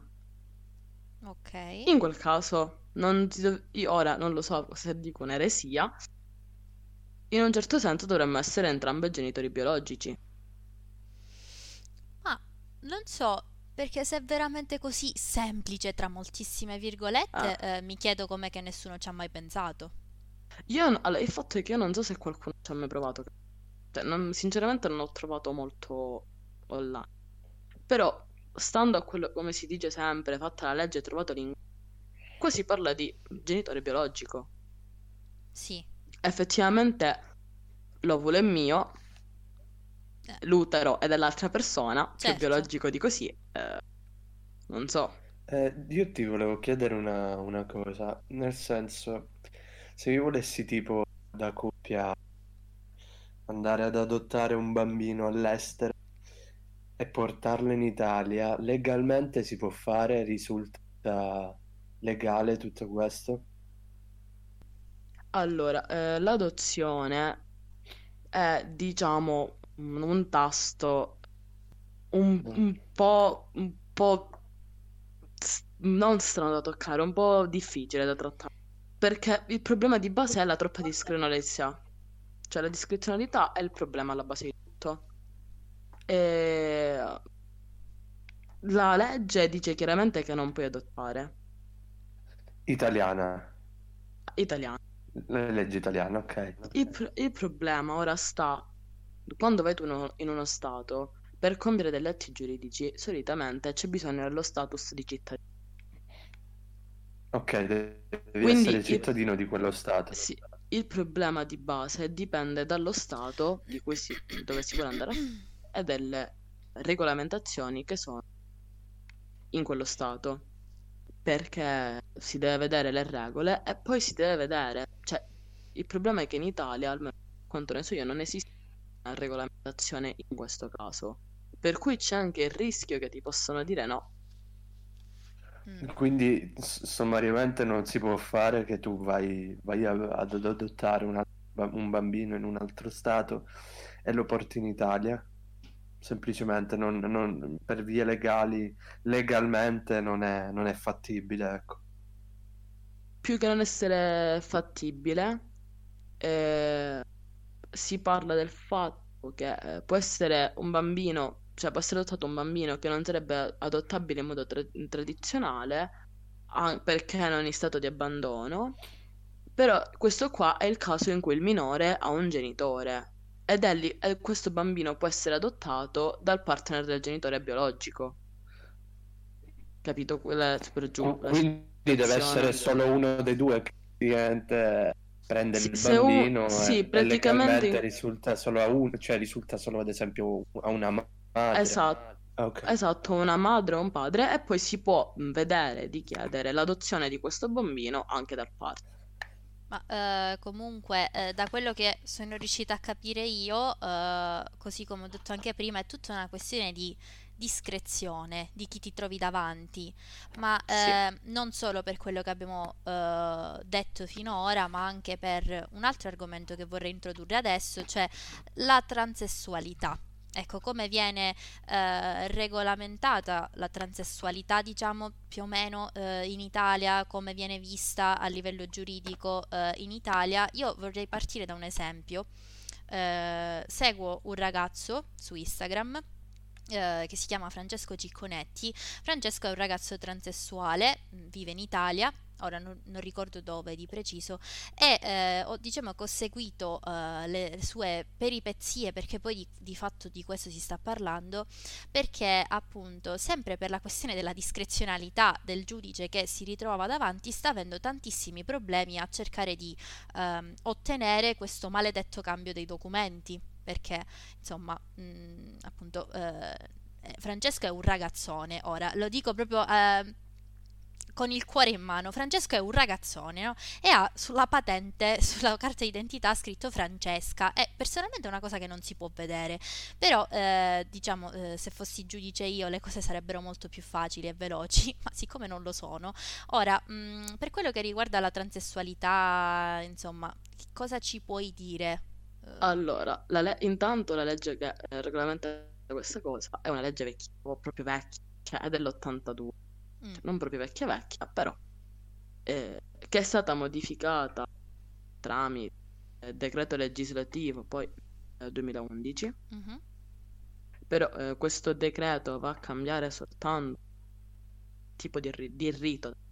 Ok. In quel caso, io ora non lo so se dico un'eresia, in un certo senso dovremmo essere entrambi genitori biologici. Ma non so, perché se è veramente così semplice, tra moltissime Ah, virgolette, mi chiedo com'è che nessuno ci ha mai pensato. allora, il fatto è che io non so se qualcuno ci ha mai provato. Cioè, sinceramente non ho trovato molto online. Però, stando a quello come si dice sempre, fatta la legge, trovato l'inglese, qua si parla di genitore biologico. Sì, Effettivamente l'ovulo è mio, eh, l'utero è dell'altra persona, più certo. biologico di così, non so. Io ti volevo chiedere una cosa, nel senso, se io volessi tipo da coppia andare ad adottare un bambino all'estero e portarlo in Italia, legalmente si può fare, risulta legale tutto questo? Allora, l'adozione è, diciamo, un tasto un po' non strano da toccare, un po' difficile da trattare. Perché il problema di base è la troppa discrezionalità. Cioè, la discrezionalità è il problema alla base di tutto. E la legge dice chiaramente che non puoi adottare. Italiana, Italiano. le leggi italiane, ok. Il problema ora sta quando vai tu in uno stato per compiere degli atti giuridici, solitamente c'è bisogno dello status di cittadino. Ok, devi Quindi essere cittadino di quello stato. sì, il problema di base dipende dallo stato dove si vuole andare e delle regolamentazioni che sono in quello stato. Perché si deve vedere le regole e poi si deve vedere, cioè, il problema è che in Italia, almeno quanto ne so io, non esiste una regolamentazione in questo caso. Per cui c'è anche il rischio che ti possano dire no. Quindi sommariamente non si può fare che tu vai ad adottare un bambino in un altro stato e lo porti in Italia. Semplicemente per vie legali, legalmente non è fattibile, ecco. Più che non essere fattibile, si parla del fatto che può essere un bambino, cioè può essere adottato un bambino che non sarebbe adottabile in modo tradizionale perché non in stato di abbandono, però questo qua è il caso in cui il minore ha un genitore ed è lì, e questo bambino può essere adottato dal partner del genitore biologico. Capito? Quella è per giù. Quindi deve essere solo uno dei due che praticamente prende Sì, il se un- bambino sì, e praticamente legalmente risulta solo a uno, cioè risulta solo ad esempio a una madre. esatto, Ok. esatto, una madre o un padre e poi si può vedere di chiedere l'adozione di questo bambino anche dal partner. Ma comunque, da quello che sono riuscita a capire io, così come ho detto anche prima, è tutta una questione di discrezione di chi ti trovi davanti, ma Sì. non solo per quello che abbiamo detto finora, ma anche per un altro argomento che vorrei introdurre adesso, cioè la transessualità. Ecco, come viene regolamentata la transessualità, diciamo più o meno in Italia, come viene vista a livello giuridico in Italia. Io vorrei partire da un esempio. Seguo un ragazzo su Instagram che si chiama Francesco Cicconetti. Francesco è un ragazzo transessuale, vive in Italia, ora non ricordo dove di preciso, e diciamo che ho seguito le sue peripezie, perché poi di fatto di questo si sta parlando, perché appunto sempre per la questione della discrezionalità del giudice che si ritrova davanti sta avendo tantissimi problemi a cercare di ottenere questo maledetto cambio dei documenti, perché insomma appunto Francesco è un ragazzone, ora lo dico proprio con il cuore in mano. Francesco è un ragazzone, no? E ha sulla patente, sulla carta d'identità scritto Francesca. E personalmente è una cosa che non si può vedere, però diciamo se fossi giudice io le cose sarebbero molto più facili e veloci, ma siccome non lo sono. Ora, per quello che riguarda la transessualità, insomma, che cosa ci puoi dire? Allora, intanto la legge che regolamenta questa cosa è una legge vecchia, o proprio vecchia, cioè è dell'82, non proprio vecchia vecchia, però che è stata modificata tramite decreto legislativo poi 2011, però questo decreto va a cambiare soltanto tipo di rito, da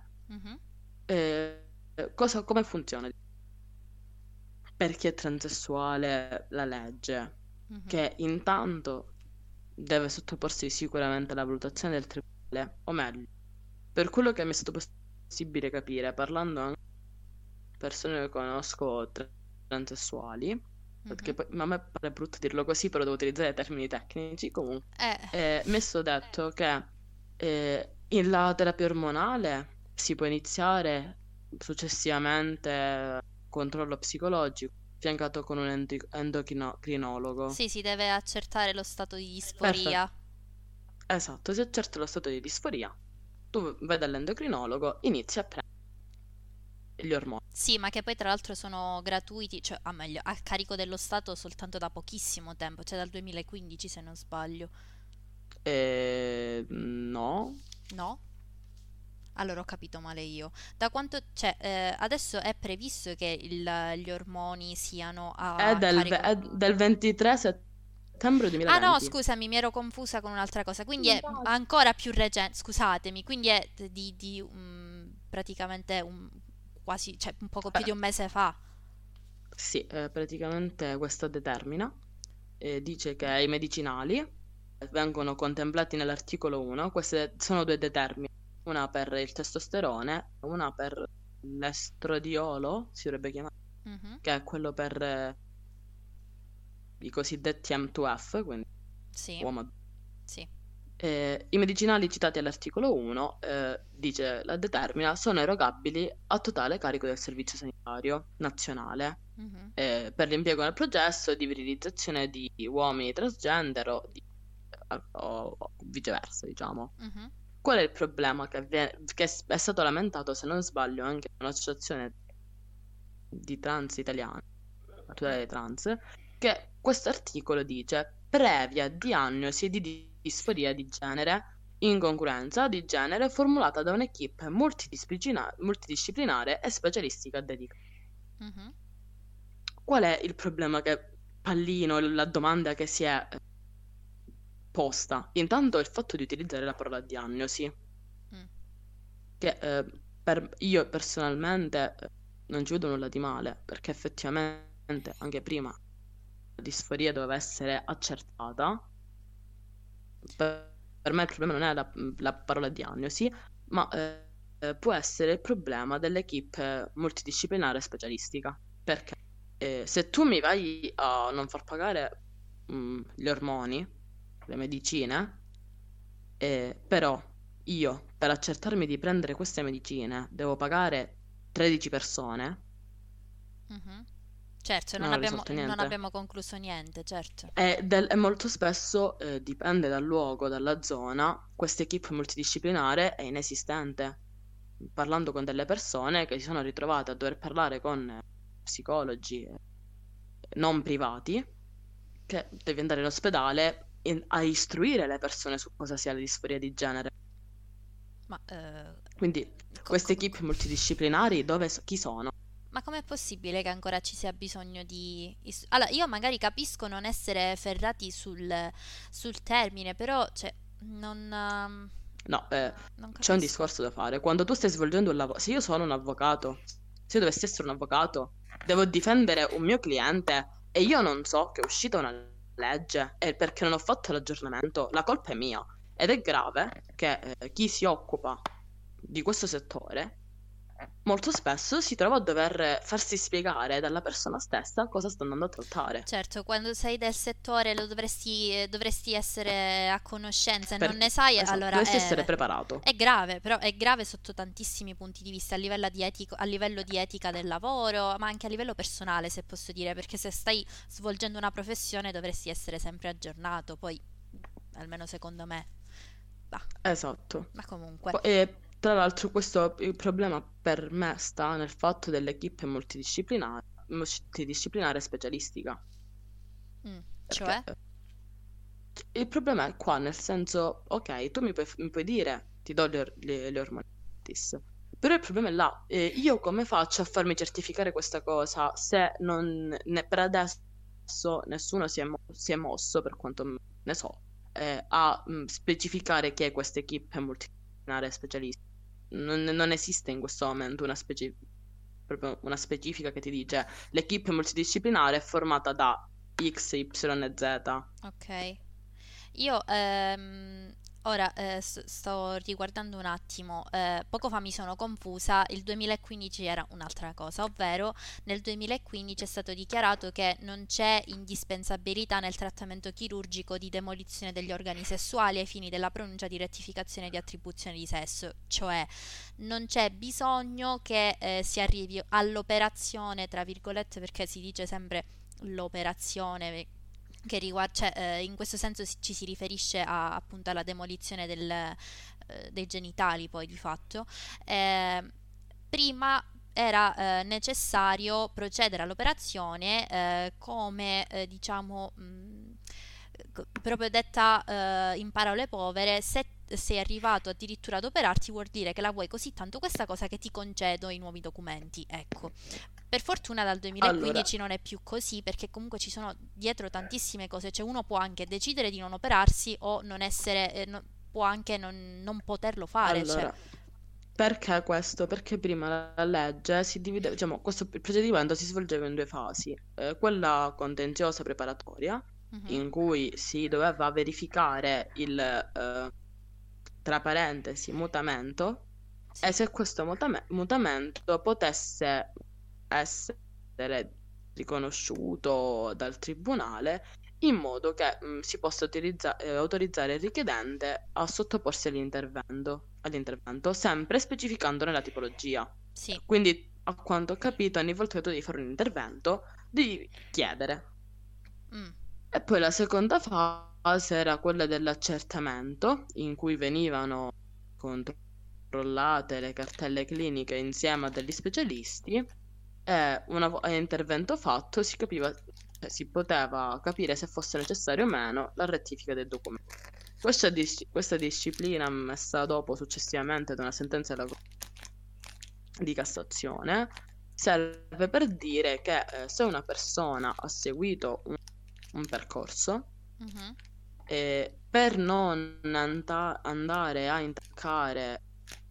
dire. Come funziona? Per chi è transessuale la legge, che intanto deve sottoporsi sicuramente alla valutazione del tribunale, o meglio, per quello che mi è stato possibile capire, parlando anche con persone che conosco transessuali, perché poi, ma a me pare brutto dirlo così, però devo utilizzare termini tecnici, comunque, mi è stato detto che la terapia ormonale si può iniziare successivamente controllo psicologico affiancato con un endocrinologo. Sì, si deve accertare lo stato di disforia. Perfetto. Esatto, si accerta lo stato di disforia tu vai dall'endocrinologo, inizi a prendere gli ormoni. Sì, ma che poi tra l'altro sono gratuiti, cioè, a meglio, a carico dello Stato soltanto da pochissimo tempo, cioè dal 2015 se non sbaglio. No, No? Allora ho capito male io. Da quanto, cioè, adesso è previsto che gli ormoni siano a carico. è del 23 settembre Ah no, 2020. scusami, mi ero confusa con un'altra cosa. Quindi è Esatto. ancora più recente, scusatemi, quindi è di praticamente quasi, cioè un poco più di un mese fa. Sì, praticamente questa determina dice che i medicinali vengono contemplati nell'articolo 1. Queste sono due determine, una per il testosterone, una per l'estradiolo, si dovrebbe chiamare, Mhm, che è quello per i cosiddetti M2F, quindi sì, uomo. sì. I medicinali citati all'articolo 1, dice la determina, sono erogabili a totale carico del Servizio Sanitario Nazionale Mhm, per l'impiego nel processo di virilizzazione di uomini transgender o viceversa, diciamo. mhm, Qual è il problema che è stato lamentato, se non sbaglio, anche da un'associazione di trans italiani, a tutela dei trans, che questo articolo dice previa diagnosi di disforia di genere, incongruenza di genere formulata da un'equipe multidisciplinare e specialistica dedicata. mhm. Qual è il problema che Pallino, la domanda che si è posta? Intanto il fatto di utilizzare la parola diagnosi, Mm. che io personalmente non ci vedo nulla di male, perché effettivamente anche prima la disforia doveva essere accertata. Per me il problema non è la parola diagnosi, ma può essere il problema dell'equipe multidisciplinare specialistica. Perché se tu mi vai a non far pagare gli ormoni, le medicine, però io per accertarmi di prendere queste medicine devo pagare 13 persone, Mhm. Certo, non ho risolto non niente. abbiamo concluso niente, certo. E molto spesso dipende dal luogo, dalla zona, questa equipe multidisciplinare è inesistente. Parlando con delle persone che si sono ritrovate a dover parlare con psicologi non privati, che devi andare in ospedale a istruire le persone su cosa sia la disforia di genere. Ma, Quindi co- queste com- equipe multidisciplinari chi sono? ma com'è possibile che ancora ci sia bisogno di... Allora, io magari capisco non essere ferrati sul termine, però, cioè, No, non c'è un capisco. discorso da fare. Quando tu stai svolgendo un lavoro, se io sono un avvocato, se io dovessi essere un avvocato, devo difendere un mio cliente e io non so che è uscita una legge e perché non ho fatto l'aggiornamento, la colpa è mia. Ed è grave che chi si occupa di questo settore molto spesso si trova a dover farsi spiegare dalla persona stessa cosa sta andando a trattare. Certo, quando sei del settore dovresti essere a conoscenza e non Per- ne sai, esatto, allora dovresti essere preparato. è grave, però è grave sotto tantissimi punti di vista, a livello di etica del lavoro, ma anche a livello personale, se posso dire, perché se stai svolgendo una professione dovresti essere sempre aggiornato, poi, almeno secondo me. Bah, Esatto. ma comunque. E tra l'altro questo il problema per me sta nel fatto dell'equipe multidisciplinare specialistica. Cioè? Perché il problema è qua, nel senso, ok, tu mi puoi dire, ti do le ormoni gratis, però il problema è là. Io come faccio a farmi certificare questa cosa se per adesso nessuno si è mosso, per quanto ne so, a specificare chi è questa equipe multidisciplinare specialista. Non esiste in questo momento proprio una specifica che ti dice l'equipe multidisciplinare è formata da X, Y e Z. Ok. Io ora sto riguardando un attimo, poco fa mi sono confusa, il 2015 era un'altra cosa, ovvero nel 2015 è stato dichiarato che non c'è indispensabilità nel trattamento chirurgico di demolizione degli organi sessuali ai fini della pronuncia di rettificazione di attribuzione di sesso, cioè non c'è bisogno che si arrivi all'operazione, tra virgolette, perché si dice sempre l'operazione che riguarda, cioè, in questo senso ci si riferisce appunto alla demolizione dei genitali, poi di fatto. Eh, Prima era necessario procedere all'operazione come, diciamo, proprio detta in parole povere, se sei arrivato addirittura ad operarti vuol dire che la vuoi così tanto questa cosa che ti concedo i nuovi documenti, ecco. Per fortuna dal Allora, 2015 non è più così, perché comunque ci sono dietro tantissime cose, cioè uno può anche decidere di non operarsi o non essere, può anche non poterlo fare, cioè. allora, perché questo? Perché prima la legge si divide, diciamo, il procedimento si svolgeva in due fasi. Quella contenziosa preparatoria, Mhm, in cui si doveva verificare il, tra parentesi, mutamento, e sì, se questo mutamento potesse essere riconosciuto dal tribunale in modo che si possa autorizzare il richiedente a sottoporsi all'intervento, sempre specificandone la tipologia. sì, Quindi, a quanto ho capito, ogni volta che tu devi fare un intervento, devi chiedere. mm, E poi la seconda fase era quella dell'accertamento, in cui venivano controllate le cartelle cliniche insieme a degli specialisti e una volta intervento fatto si poteva capire se fosse necessario o meno la rettifica del documento. Questa disciplina messa dopo successivamente da una sentenza di Cassazione serve per dire che se una persona ha seguito un percorso mhm, per non andare a intaccare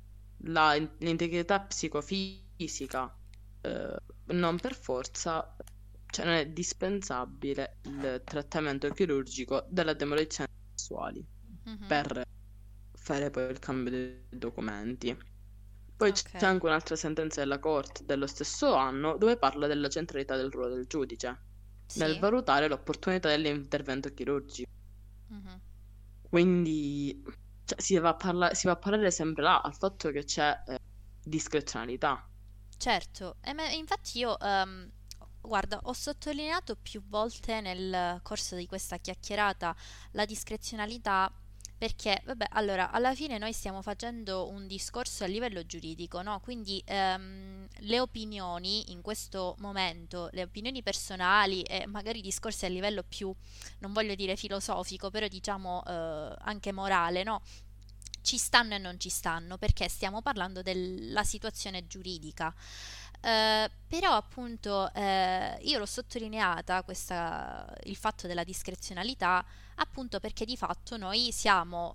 l'integrità psicofisica, non per forza, cioè non è dispensabile il trattamento chirurgico della demolizione sessuali mhm, per fare poi il cambio dei documenti. Poi c'è ok, anche un'altra sentenza della Corte dello stesso anno dove parla della centralità del ruolo del giudice nel sì, valutare l'opportunità dell'intervento chirurgico. mhm. Quindi cioè, si va a parlare sempre là al fatto che c'è discrezionalità. Certo, infatti io, guarda, ho sottolineato più volte nel corso di questa chiacchierata la discrezionalità perché, vabbè, allora, alla fine noi stiamo facendo un discorso a livello giuridico, no? Quindi le opinioni in questo momento, le opinioni personali e magari discorsi a livello più, non voglio dire filosofico, però diciamo anche morale, no? Ci stanno e non ci stanno perché stiamo parlando della situazione giuridica. Però appunto io l'ho sottolineata il fatto della discrezionalità appunto perché di fatto noi siamo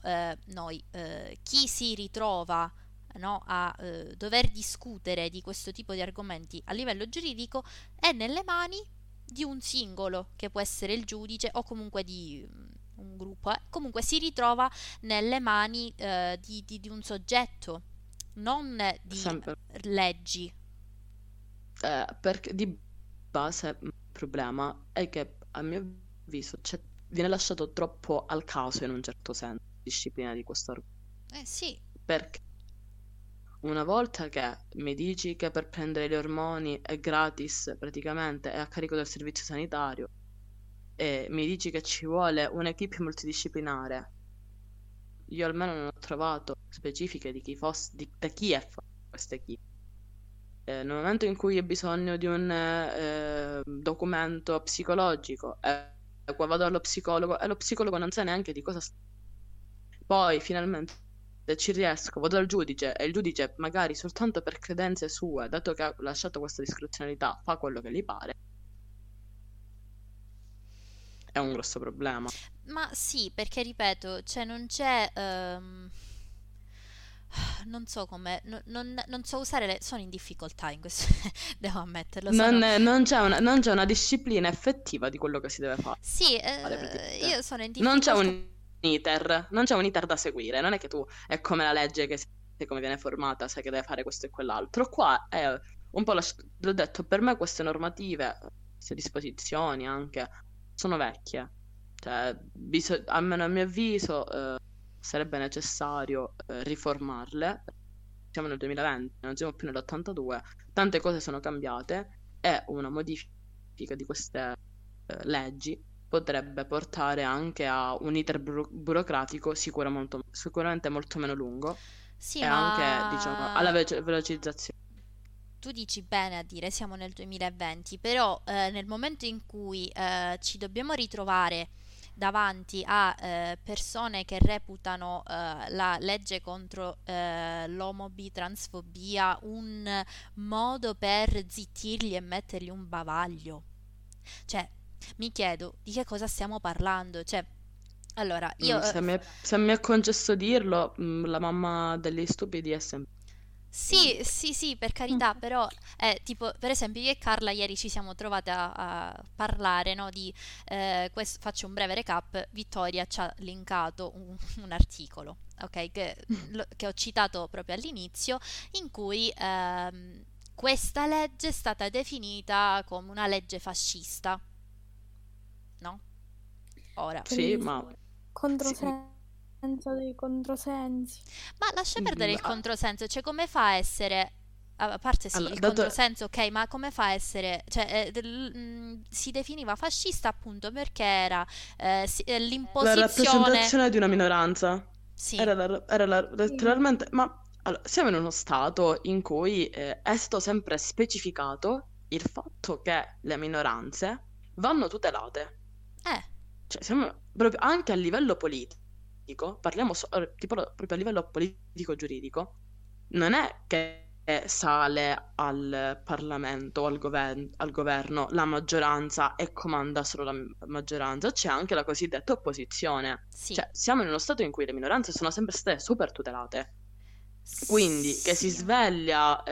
chi si ritrova, no, a dover discutere di questo tipo di argomenti a livello giuridico è nelle mani di un singolo che può essere il giudice o comunque di un gruppo, comunque si ritrova nelle mani di un soggetto, non di Sempre. leggi. Perché di base il problema è che a mio avviso viene lasciato troppo al caso in un certo senso la disciplina di questo argomento. Sì, Perché una volta che mi dici che per prendere gli ormoni è gratis praticamente, è a carico del servizio sanitario, e mi dici che ci vuole un'equipe multidisciplinare, io almeno non ho trovato specifiche di chi fosse, da chi è fatta questa equipe. Nel momento in cui hai bisogno di un documento psicologico, qua vado allo psicologo e lo psicologo non sa neanche di cosa poi finalmente ci riesco, vado dal giudice e il giudice magari soltanto per credenze sue, dato che ha lasciato questa discrezionalità, fa quello che gli pare, è un grosso problema. ma sì, perché ripeto, cioè non c'è, non so come, non so usare sono in difficoltà in questo, devo ammetterlo, Non c'è una disciplina effettiva di quello che si deve fare, sì, praticamente. io sono in Non c'è difficoltà, non c'è un iter da seguire, non è che tu è come la legge che sai come viene formata, sai che deve fare questo e quell'altro. Qua è un po' l'ho detto, per me queste normative, queste disposizioni anche, sono vecchie. Cioè, almeno a mio avviso, sarebbe necessario riformarle. Siamo nel 2020, non siamo più nell'82, tante cose sono cambiate e una modifica di queste leggi potrebbe portare anche a un iter burocratico sicuramente molto meno lungo Sì, e anche, diciamo, alla ma velocizzazione. tu dici bene a dire siamo nel 2020, però nel momento in cui ci dobbiamo ritrovare davanti a persone che reputano la legge contro l'omobi-transfobia un modo per zittirli e mettergli un bavaglio, cioè mi chiedo di che cosa stiamo parlando, cioè allora io Se mi è concesso dirlo, la mamma degli stupidi è sempre... sì, sì, sì, per carità, però tipo, per esempio, io e Carla ieri ci siamo trovate a parlare, no, di faccio un breve recap. Vittoria ci ha linkato un articolo, ok, che ho citato proprio all'inizio, in cui questa legge è stata definita come una legge fascista, no? Ora, Sì, ma... Controsenso dei controsensi. ma lascia perdere il ah, controsenso, cioè come fa a essere, a parte sì, allora, il dato... controsenso, ok, ma come fa a essere, cioè si definiva fascista appunto perché era La l'imposizione, rappresentazione di una minoranza sì, Sì. letteralmente, ma allora, siamo in uno stato in cui è stato sempre specificato il fatto che le minoranze vanno tutelate. eh, Cioè, siamo proprio anche a livello politico, parliamo tipo proprio a livello politico-giuridico, non è che sale al Parlamento o al governo la maggioranza e comanda solo la maggioranza, c'è anche la cosiddetta opposizione. sì, Cioè, siamo in uno stato in cui le minoranze sono sempre state super tutelate. Quindi che si sì, sveglia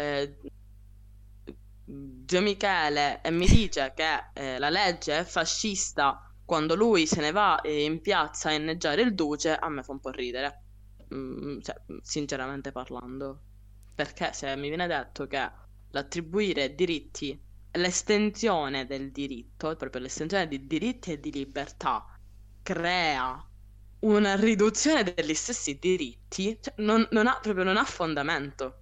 Zio Michele e mi dice che la legge è fascista quando lui se ne va in piazza a inneggiare il duce, a me fa un po' ridere. Cioè, sinceramente parlando. Perché se mi viene detto che l'attribuire diritti, l'estensione del diritto, proprio l'estensione di diritti e di libertà, crea una riduzione degli stessi diritti, cioè, non ha fondamento.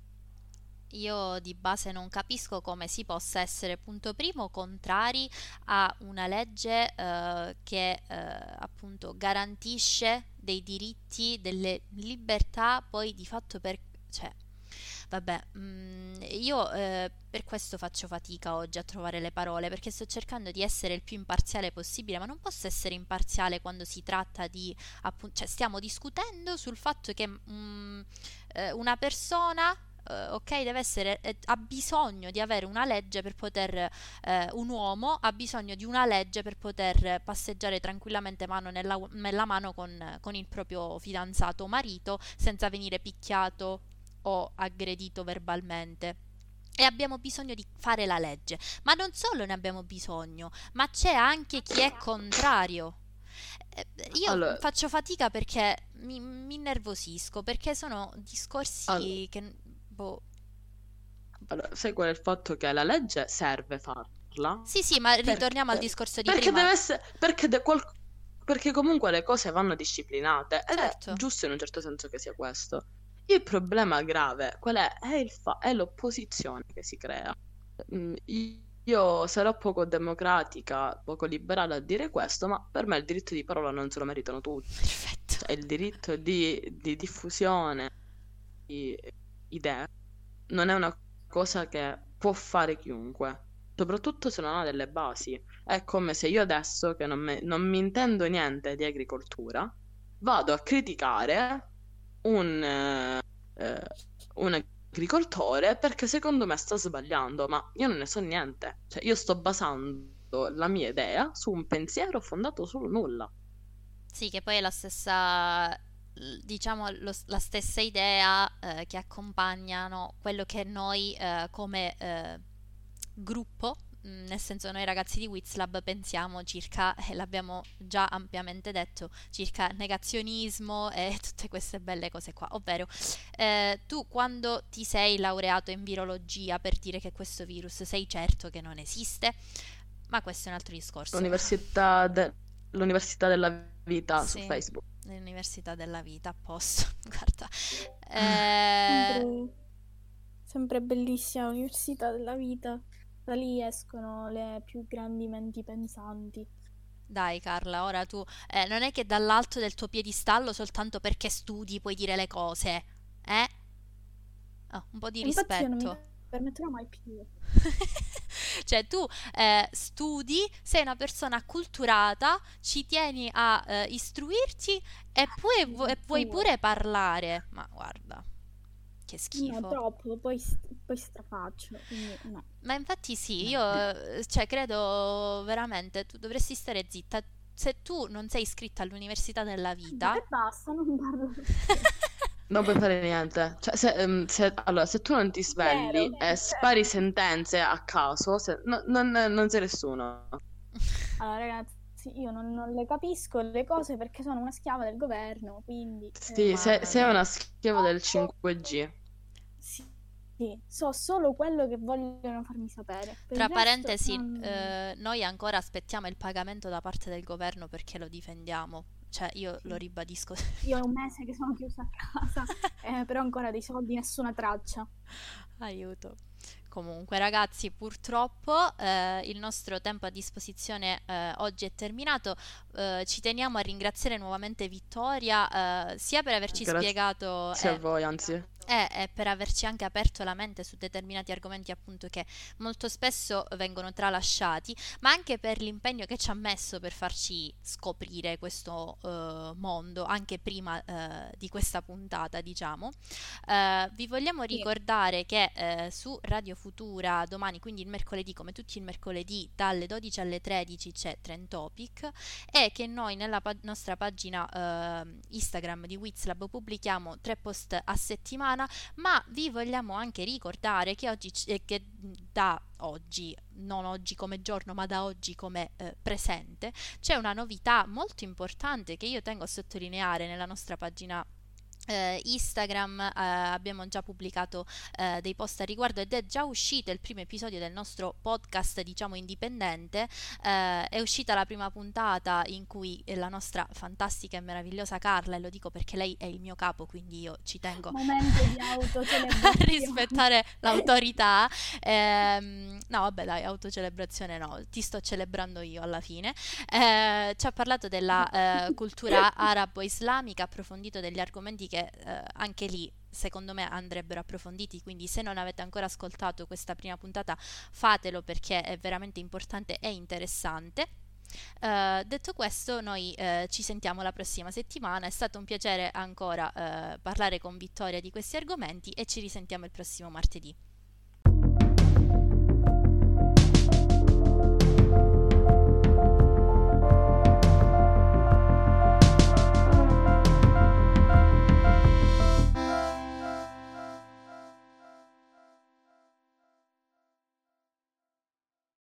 io di base non capisco come si possa essere, punto primo, contrari a una legge che appunto garantisce dei diritti, delle libertà, poi di fatto cioè, vabbè, io per questo faccio fatica oggi a trovare le parole, perché sto cercando di essere il più imparziale possibile, ma non posso essere imparziale quando si tratta di, appunto, cioè stiamo discutendo sul fatto che una persona ok, deve essere, ha bisogno di avere una legge per poter, un uomo ha bisogno di una legge per poter passeggiare tranquillamente mano nella mano con il proprio fidanzato o marito senza venire picchiato o aggredito verbalmente. E abbiamo bisogno di fare la legge, ma non solo ne abbiamo bisogno, ma c'è anche chi è contrario. Io Allora, faccio fatica perché mi innervosisco, perché sono all- discorsi che, boh. allora, sai qual è il fatto che la legge serve farla? Sì, sì, ma ritorniamo al Perché, discorso di perché prima. deve essere, perché comunque le cose vanno disciplinate ed è Certo, giusto in un certo senso che sia questo. Il problema grave, qual è? È l'opposizione che si crea. Io sarò poco democratica, poco liberale a dire questo, ma per me il diritto di parola non se lo meritano tutti. perfetto. Cioè, il diritto di diffusione di idee non è una cosa che può fare chiunque, soprattutto se non ha delle basi. È come se io adesso, che non mi intendo niente di agricoltura, vado a criticare un, eh, eh, un agricoltore perché secondo me sta sbagliando, ma io non ne so niente. Cioè, io sto basando la mia idea su un pensiero fondato sul nulla. Sì, che poi è la stessa, diciamo, la stessa idea che accompagnano quello che noi come gruppo, nel senso noi ragazzi di Wizlab pensiamo circa, e l'abbiamo già ampiamente detto, circa negazionismo e tutte queste belle cose qua, ovvero tu quando ti sei laureato in virologia per dire che questo virus sei certo che non esiste, ma questo è un altro discorso. L'università l'università della vita su Sì, Facebook. l'università della vita, a posto, guarda. Eh, Sempre, sempre bellissima l'università della vita. Da lì escono le più grandi menti pensanti. Dai Carla, ora tu non è che dall'alto del tuo piedistallo soltanto perché studi puoi dire le cose, eh? Oh, un po' di Infatti io non mi rispetto. permetterò mai più. Cioè tu studi, sei una persona acculturata, ci tieni a istruirti e vuoi Pure. pure parlare. Ma guarda, che No, schifo. troppo, poi strafaccio, quindi no. Ma infatti sì, io No. cioè, credo veramente tu dovresti stare zitta. Se tu non sei iscritta all'università della vita, E basta, non parlo più. Non puoi fare niente. Cioè, allora, se tu non ti svegli Vero. e spari sentenze a caso, non sei nessuno. Allora, ragazzi, io non le capisco le cose perché sono una schiava del governo, quindi Sì, mamma sei mia. una schiava del 5G. sì, sì, so solo quello che vogliono farmi sapere. Per Tra il resto parentesi, non... noi ancora aspettiamo il pagamento da parte del governo perché lo difendiamo. Cioè, io lo sì. ribadisco. Io è un mese che sono chiusa a casa, però ancora dei soldi nessuna traccia. Aiuto. Comunque, ragazzi, purtroppo il nostro tempo a disposizione oggi è terminato. Ci teniamo a ringraziare nuovamente Vittoria, sia per averci spiegato Grazie a voi, anzi. e per averci anche aperto la mente su determinati argomenti, appunto, che molto spesso vengono tralasciati, ma anche per l'impegno che ci ha messo per farci scoprire questo mondo, anche prima di questa puntata, diciamo. Vi vogliamo Sì. ricordare che su Radio Futura domani, quindi il mercoledì, come tutti il mercoledì, dalle 12 alle 13 c'è Trend Topic e che noi nella nostra pagina Instagram di Wizlab pubblichiamo 3 post a settimana, ma vi vogliamo anche ricordare che oggi, che da oggi, non oggi come giorno, ma da oggi come presente, c'è una novità molto importante che io tengo a sottolineare nella nostra pagina Instagram. Abbiamo già pubblicato dei post a riguardo ed è già uscito il primo episodio del nostro podcast, diciamo, indipendente. È uscita la prima puntata in cui la nostra fantastica e meravigliosa Carla, e lo dico perché lei è il mio capo, quindi io ci tengo Momento di a autocelebrazione. rispettare l'autorità. No, vabbè, dai, autocelebrazione no, ti sto celebrando io alla fine. Ci ha parlato della cultura arabo-islamica, ha approfondito degli argomenti che anche lì secondo me andrebbero approfonditi, quindi se non avete ancora ascoltato questa prima puntata fatelo perché è veramente importante e interessante. Detto questo, noi ci sentiamo la prossima settimana. È stato un piacere ancora parlare con Vittoria di questi argomenti e ci risentiamo il prossimo martedì.